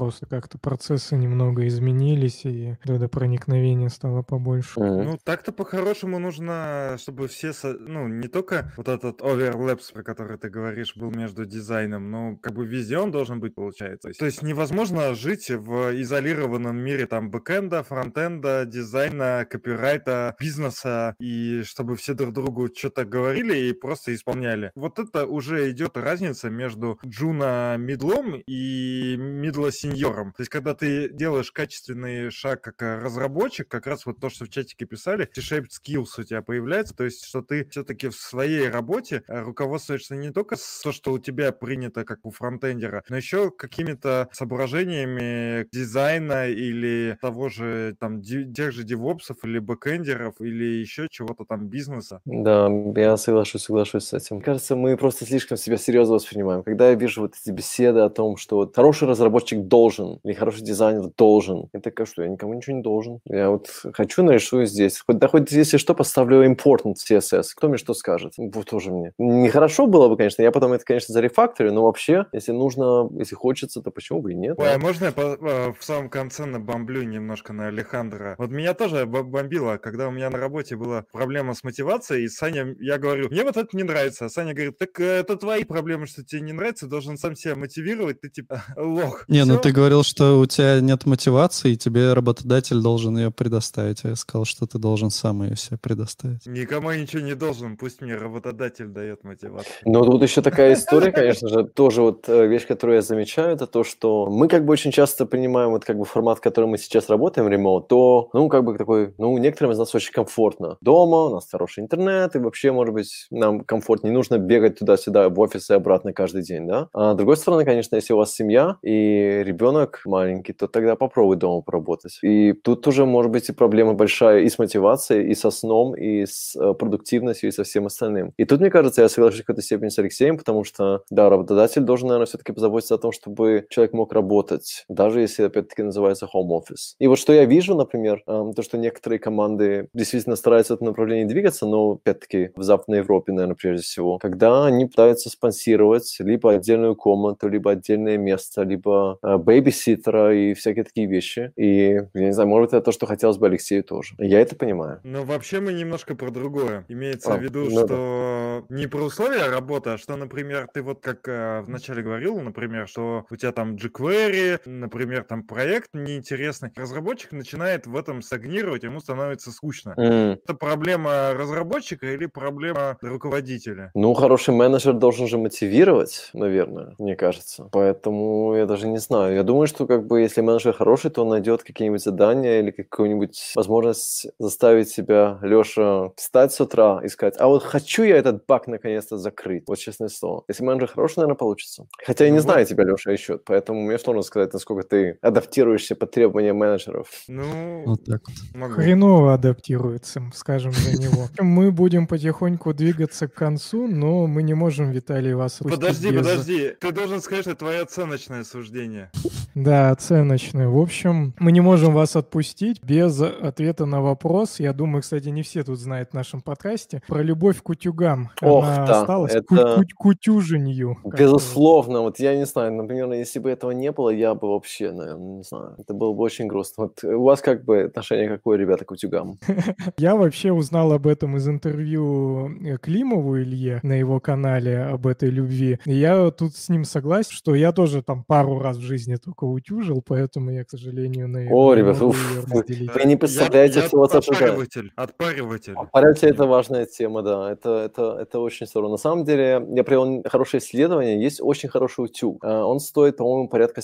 просто как-то процессы немного изменились, и это проникновение стало побольше. Ну, так-то по-хорошему нужно, чтобы все, ну, не только вот этот оверлэпс, про который ты говоришь, был между дизайном, но как бы везде он должен быть, получается. То есть невозможно жить в изолированном мире там бэкэнда, фронтенда, дизайна, копирайта, бизнеса, и чтобы все друг другу что-то говорили и просто исполняли. Вот это уже идет разница между джуна-мидлом и мидла-сеньором. То есть когда ты делаешь качественный шаг как разработчик, как раз вот то, что в чатике писали, T-shaped skills у тебя появляется, то есть что ты все-таки в своей работе руководствуешься не только с то, что у тебя принято как у фронтендера, но еще какими-то соображениями дизайна или того же там тех же девопсов или бэкэндеров или еще чего-то там бизнеса. Да, я соглашусь с этим. Мне кажется, мы просто слишком себя серьезно воспринимаем. Когда я вижу вот эти беседы о том, что вот хороший разработчик должен, или хороший дизайнер должен, я такая, что я никому ничего не должен. Я вот хочу, нарисую здесь. Хоть если что, поставлю important CSS. Кто мне что скажет? Вот тоже мне. Нехорошо было бы, конечно. Я потом это, конечно, зарефакторю, но вообще, если нужно, если хочется, то почему бы и нет? Ой, Да? а можно я в самом конце набомблю немножко на Алехандро? Вот меня тоже бомбило, когда у меня на работе была проблема с мотивацией, и Саня, я говорю, мне вот это не нравится. А Саня говорит, так это твои проблемы, что тебе не нравится, должен сам себя мотивировать, ты типа лох. Не, ну Всё? ты говорил, что у тебя нет мотивации, и тебе работодатель должен ее предоставить. А я сказал, что ты должен сам ее себе предоставить. Никому я ничего не должен, пусть мне работодатель дает мотивацию. Но тут еще такая история, конечно же, тоже вот вещь, которую я замечаю, это то, что мы как бы очень часто принимаем вот как бы формат, в котором мы сейчас работаем, ремоут, то, ну, как бы такой, ну, некоторым из нас очень комфортно. Дома, у нас хороший интернет, и вообще, может быть, нам комфортно, не нужно бегать туда-сюда в офис и обратно каждый день, да? А с другой стороны, конечно, если у вас семья и ребенок маленький, то тогда попробуй дома поработать. И тут тоже может быть и проблема большая и с мотивацией, и со сном, и с продуктивностью, и со всем остальным. И тут, мне кажется, я соглашусь в какой-то степени с Алексеем, потому что, да, работодатель должен, наверное, все-таки позаботиться о том, чтобы человек мог работать, даже если, опять-таки, называется home office. И вот что я вижу, например, то, что некоторые команды действительно стараются в этом направлении двигаться, но, опять-таки, в Западной Европе, наверное, прежде всего, когда они пытаются спонсировать либо отдельную комнату, либо отдельное место, либо бэйбиситера и всякие такие вещи. И, я не знаю, может быть, это то, что хотелось бы Алексею тоже. Я это понимаю. Но вообще мы немножко про другое. Имеется в виду, ну что не про условия работы, а что, например, ты вот как вначале говорил, например, что у тебя там jQuery, например, там проект неинтересный. Разработчик начинает в этом стагнировать, ему становится скучно. Это проблема разработчика или проблема руководителя? Ну, хороший менеджер должен же мотивировать, наверное, мне кажется. Поэтому я даже не знаю. Я думаю, что как бы если менеджер хороший, то он найдет какие-нибудь задания или какую-нибудь возможность заставить себя, Леша, встать с утра и сказать, а вот хочу я этот баг наконец-то закрыть. Вот честное слово. Если менеджер хороший, наверное, получится. Хотя я не знаю тебя, Леша, еще, поэтому мне сложно сказать, насколько ты адаптируешься под требования менеджеров. Ну, Вот так вот. могу. Хреново адаптируется, скажем, за него. Мы будем потихоньку двигаться к концу, но мы не можем, Виталий, вас отпустить без- Подожди. Ты должен сказать, что твое оценочное суждение. Да, оценочное. В общем, мы не можем вас отпустить без ответа на вопрос. Я думаю, кстати, не все тут знают в нашем подкасте про любовь к утюгам. Ох, Она да, осталась это- к утюженью. как-то. Безусловно, вот я не знаю, например, если бы этого не было, я бы вообще, наверное, не знаю, это было бы очень грустно. Вот у вас как бы отношение какое, ребята, к утюгам? Я вообще узнал об этом из интервью Климову Илье на его канале, об этой любви. И я тут с ним согласен, что я тоже там пару раз в жизни только утюжил, поэтому я, к сожалению, О, не ребят, могу уф, её вы- разделить. Вы не представляете, Я что вас ожидает. Отпариватель. Порядке это важная тема, да, это очень здорово. На самом деле, я привел хорошее исследование, есть очень хороший утюг. Он стоит, по-моему, порядка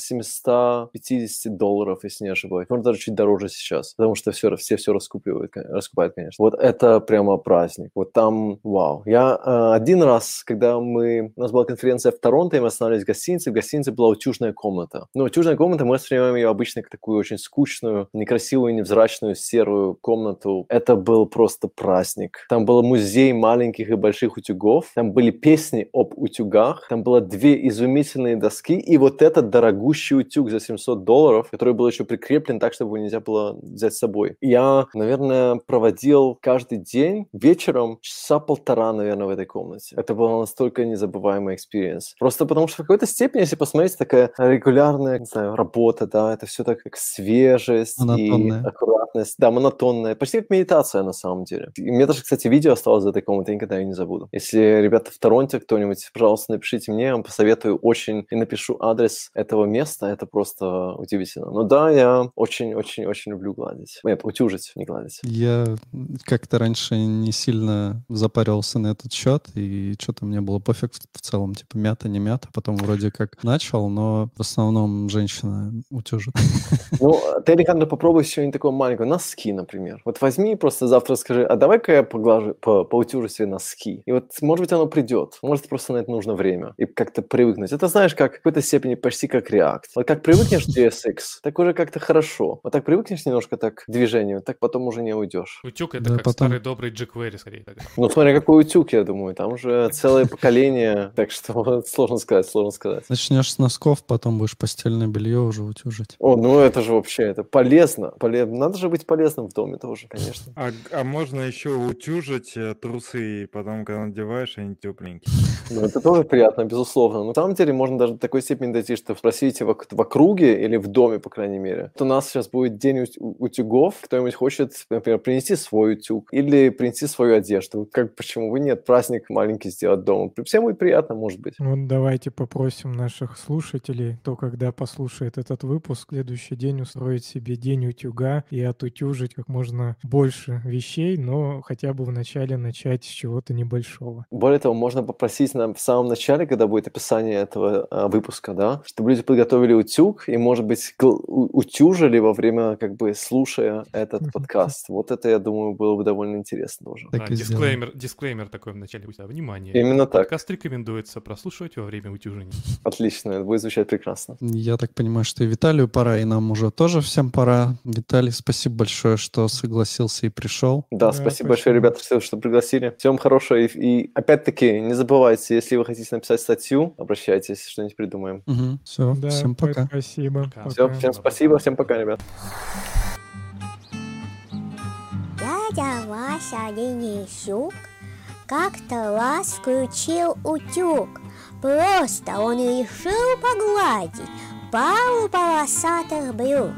$750, если не ошибаюсь. Может, даже чуть дороже сейчас, потому что все раскупают, конечно. Вот это прямо праздник. Вот там, вау. Я один раз, когда у нас была конференция в Торонто, и мы останавливались в гостинице была утюжная комната. Ну, утюжная комната, мы воспринимаем ее обычно как такую очень скучную, некрасивую, невзрачную, серую комнату. Это был просто праздник. Там был музей маленьких и больших утюгов, там были песни об утюгах, там было 2 изумительные доски, и вот этот дорогущий утюг за $700, который был еще прикреплен так, чтобы его нельзя было взять с собой. Я, наверное, проводил каждый день вечером часа полтора, наверное, в этой комнате. Это был настолько незабываемый экспириенс. Просто потому что в какой-то степени, если посмотреть, такая регулярный ежедневная, не знаю, работа, да, это все так как свежесть и Монотонная. аккуратность. Да, монотонная. Почти как медитация на самом деле. И мне даже, кстати, видео осталось за такого, я никогда ее не забуду. Если, ребята, в Торонто кто-нибудь, пожалуйста, напишите мне, я вам посоветую очень, и напишу адрес этого места, это просто удивительно. Но да, я очень-очень-очень люблю гладить. Нет, утюжить, не гладить. Я как-то раньше не сильно запаривался на этот счет, и что-то мне было пофиг в целом, типа мята, не мята. Потом вроде как начал, но в основном женщина утюжит. Ну, ты, Александр, попробуй сегодня такое маленькое. Носки, например. Вот возьми просто завтра скажи, а давай-ка я поутюжу себе носки. И вот, может быть, оно придет. Может, просто на это нужно время. И как-то привыкнуть. Это, знаешь, как в какой-то степени почти как React. Вот как привыкнешь к JSX, так уже как-то хорошо. Вот так привыкнешь немножко так к движению, так потом уже не уйдешь. Утюг — это Да, как потом- старый добрый jQuery, скорее. тогда. Ну, смотри, какой утюг, я думаю. Там уже целое поколение. Так что сложно сказать. Начнешь с носков, потом будешь постельное белье уже утюжить. О, ну это же вообще, это полезно. Надо же быть полезным в доме тоже, конечно. А можно еще утюжить трусы, и потом, когда надеваешь, они тепленькие. Ну, это тоже приятно, безусловно. Но на самом деле можно даже до такой степени дойти, что спросите в округе или в доме, по крайней мере. Вот у нас сейчас будет день утюгов. Кто-нибудь хочет, например, принести свой утюг или принести свою одежду. Почему бы нет? Праздник маленький сделать дома. Всем будет приятно, может быть. Вот давайте попросим наших слушателей, кто когда послушает этот выпуск, в следующий день устроить себе день утюга и отутюжить как можно больше вещей, но хотя бы вначале начать с чего-то небольшого. Более того, можно попросить нам в самом начале, когда будет описание этого выпуска, да, чтобы люди подготовили утюг и, может быть, утюжили во время, как бы, слушая этот подкаст. Вот это, я думаю, было бы довольно интересно тоже. Так и сделаем. Дисклеймер такой в начале. Внимание. Именно так. Подкаст рекомендуется прослушивать во время утюжения. Отлично, это будет звучать прекрасно. Я так понимаю, что и Виталию пора, и нам уже тоже всем пора. Виталий, спасибо большое, что согласился и пришел. Да, спасибо большое, ребята, что пригласили. Всем хорошего. И опять-таки, не забывайте, если вы хотите написать статью, обращайтесь, что-нибудь придумаем. Все, Да, всем пока. Спасибо. Пока. Все, всем спасибо, всем пока, ребят. Дядя Вася Денисюк как-то раз включил утюг. Просто он решил погладить пару полосатых брюк.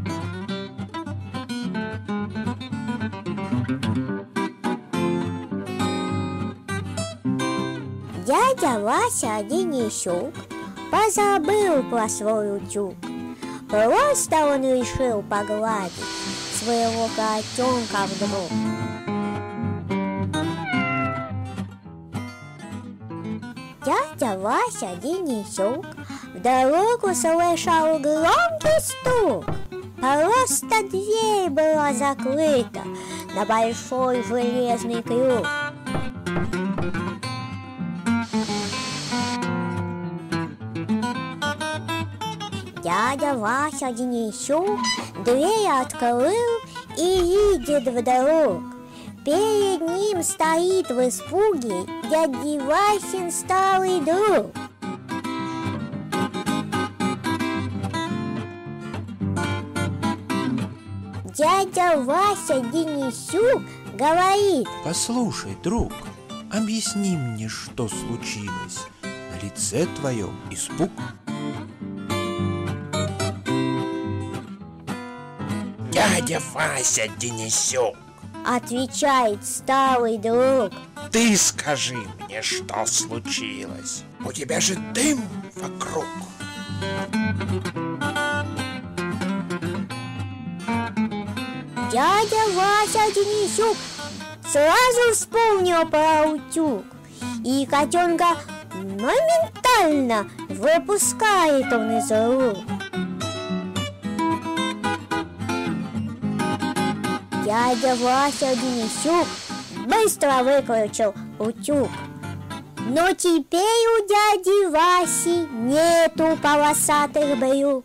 Дядя Вася Денисюк позабыл про свой утюг. Просто он решил погладить своего котенка вдруг. Дядя Вася Денисюк в дорогу слышал громкий стук. Просто дверь была закрыта на большой железный крюк. Дядя Вася Денисюк дверь открыл и видит вдруг. Перед ним стоит в испуге дяди Васин старый друг. Дядя Вася Денисюк говорит: Послушай, друг, объясни мне, что случилось. На лице твоем испуг. Дядя Вася Денисюк, отвечает старый друг: ты скажи мне, что случилось. У тебя же дым вокруг. Дядя Вася Денисюк сразу вспомнил про утюг, и котенка моментально выпускает он из рук. Дядя Вася Денисюк быстро выключил утюг. Но теперь у дяди Васи нету полосатых брюк.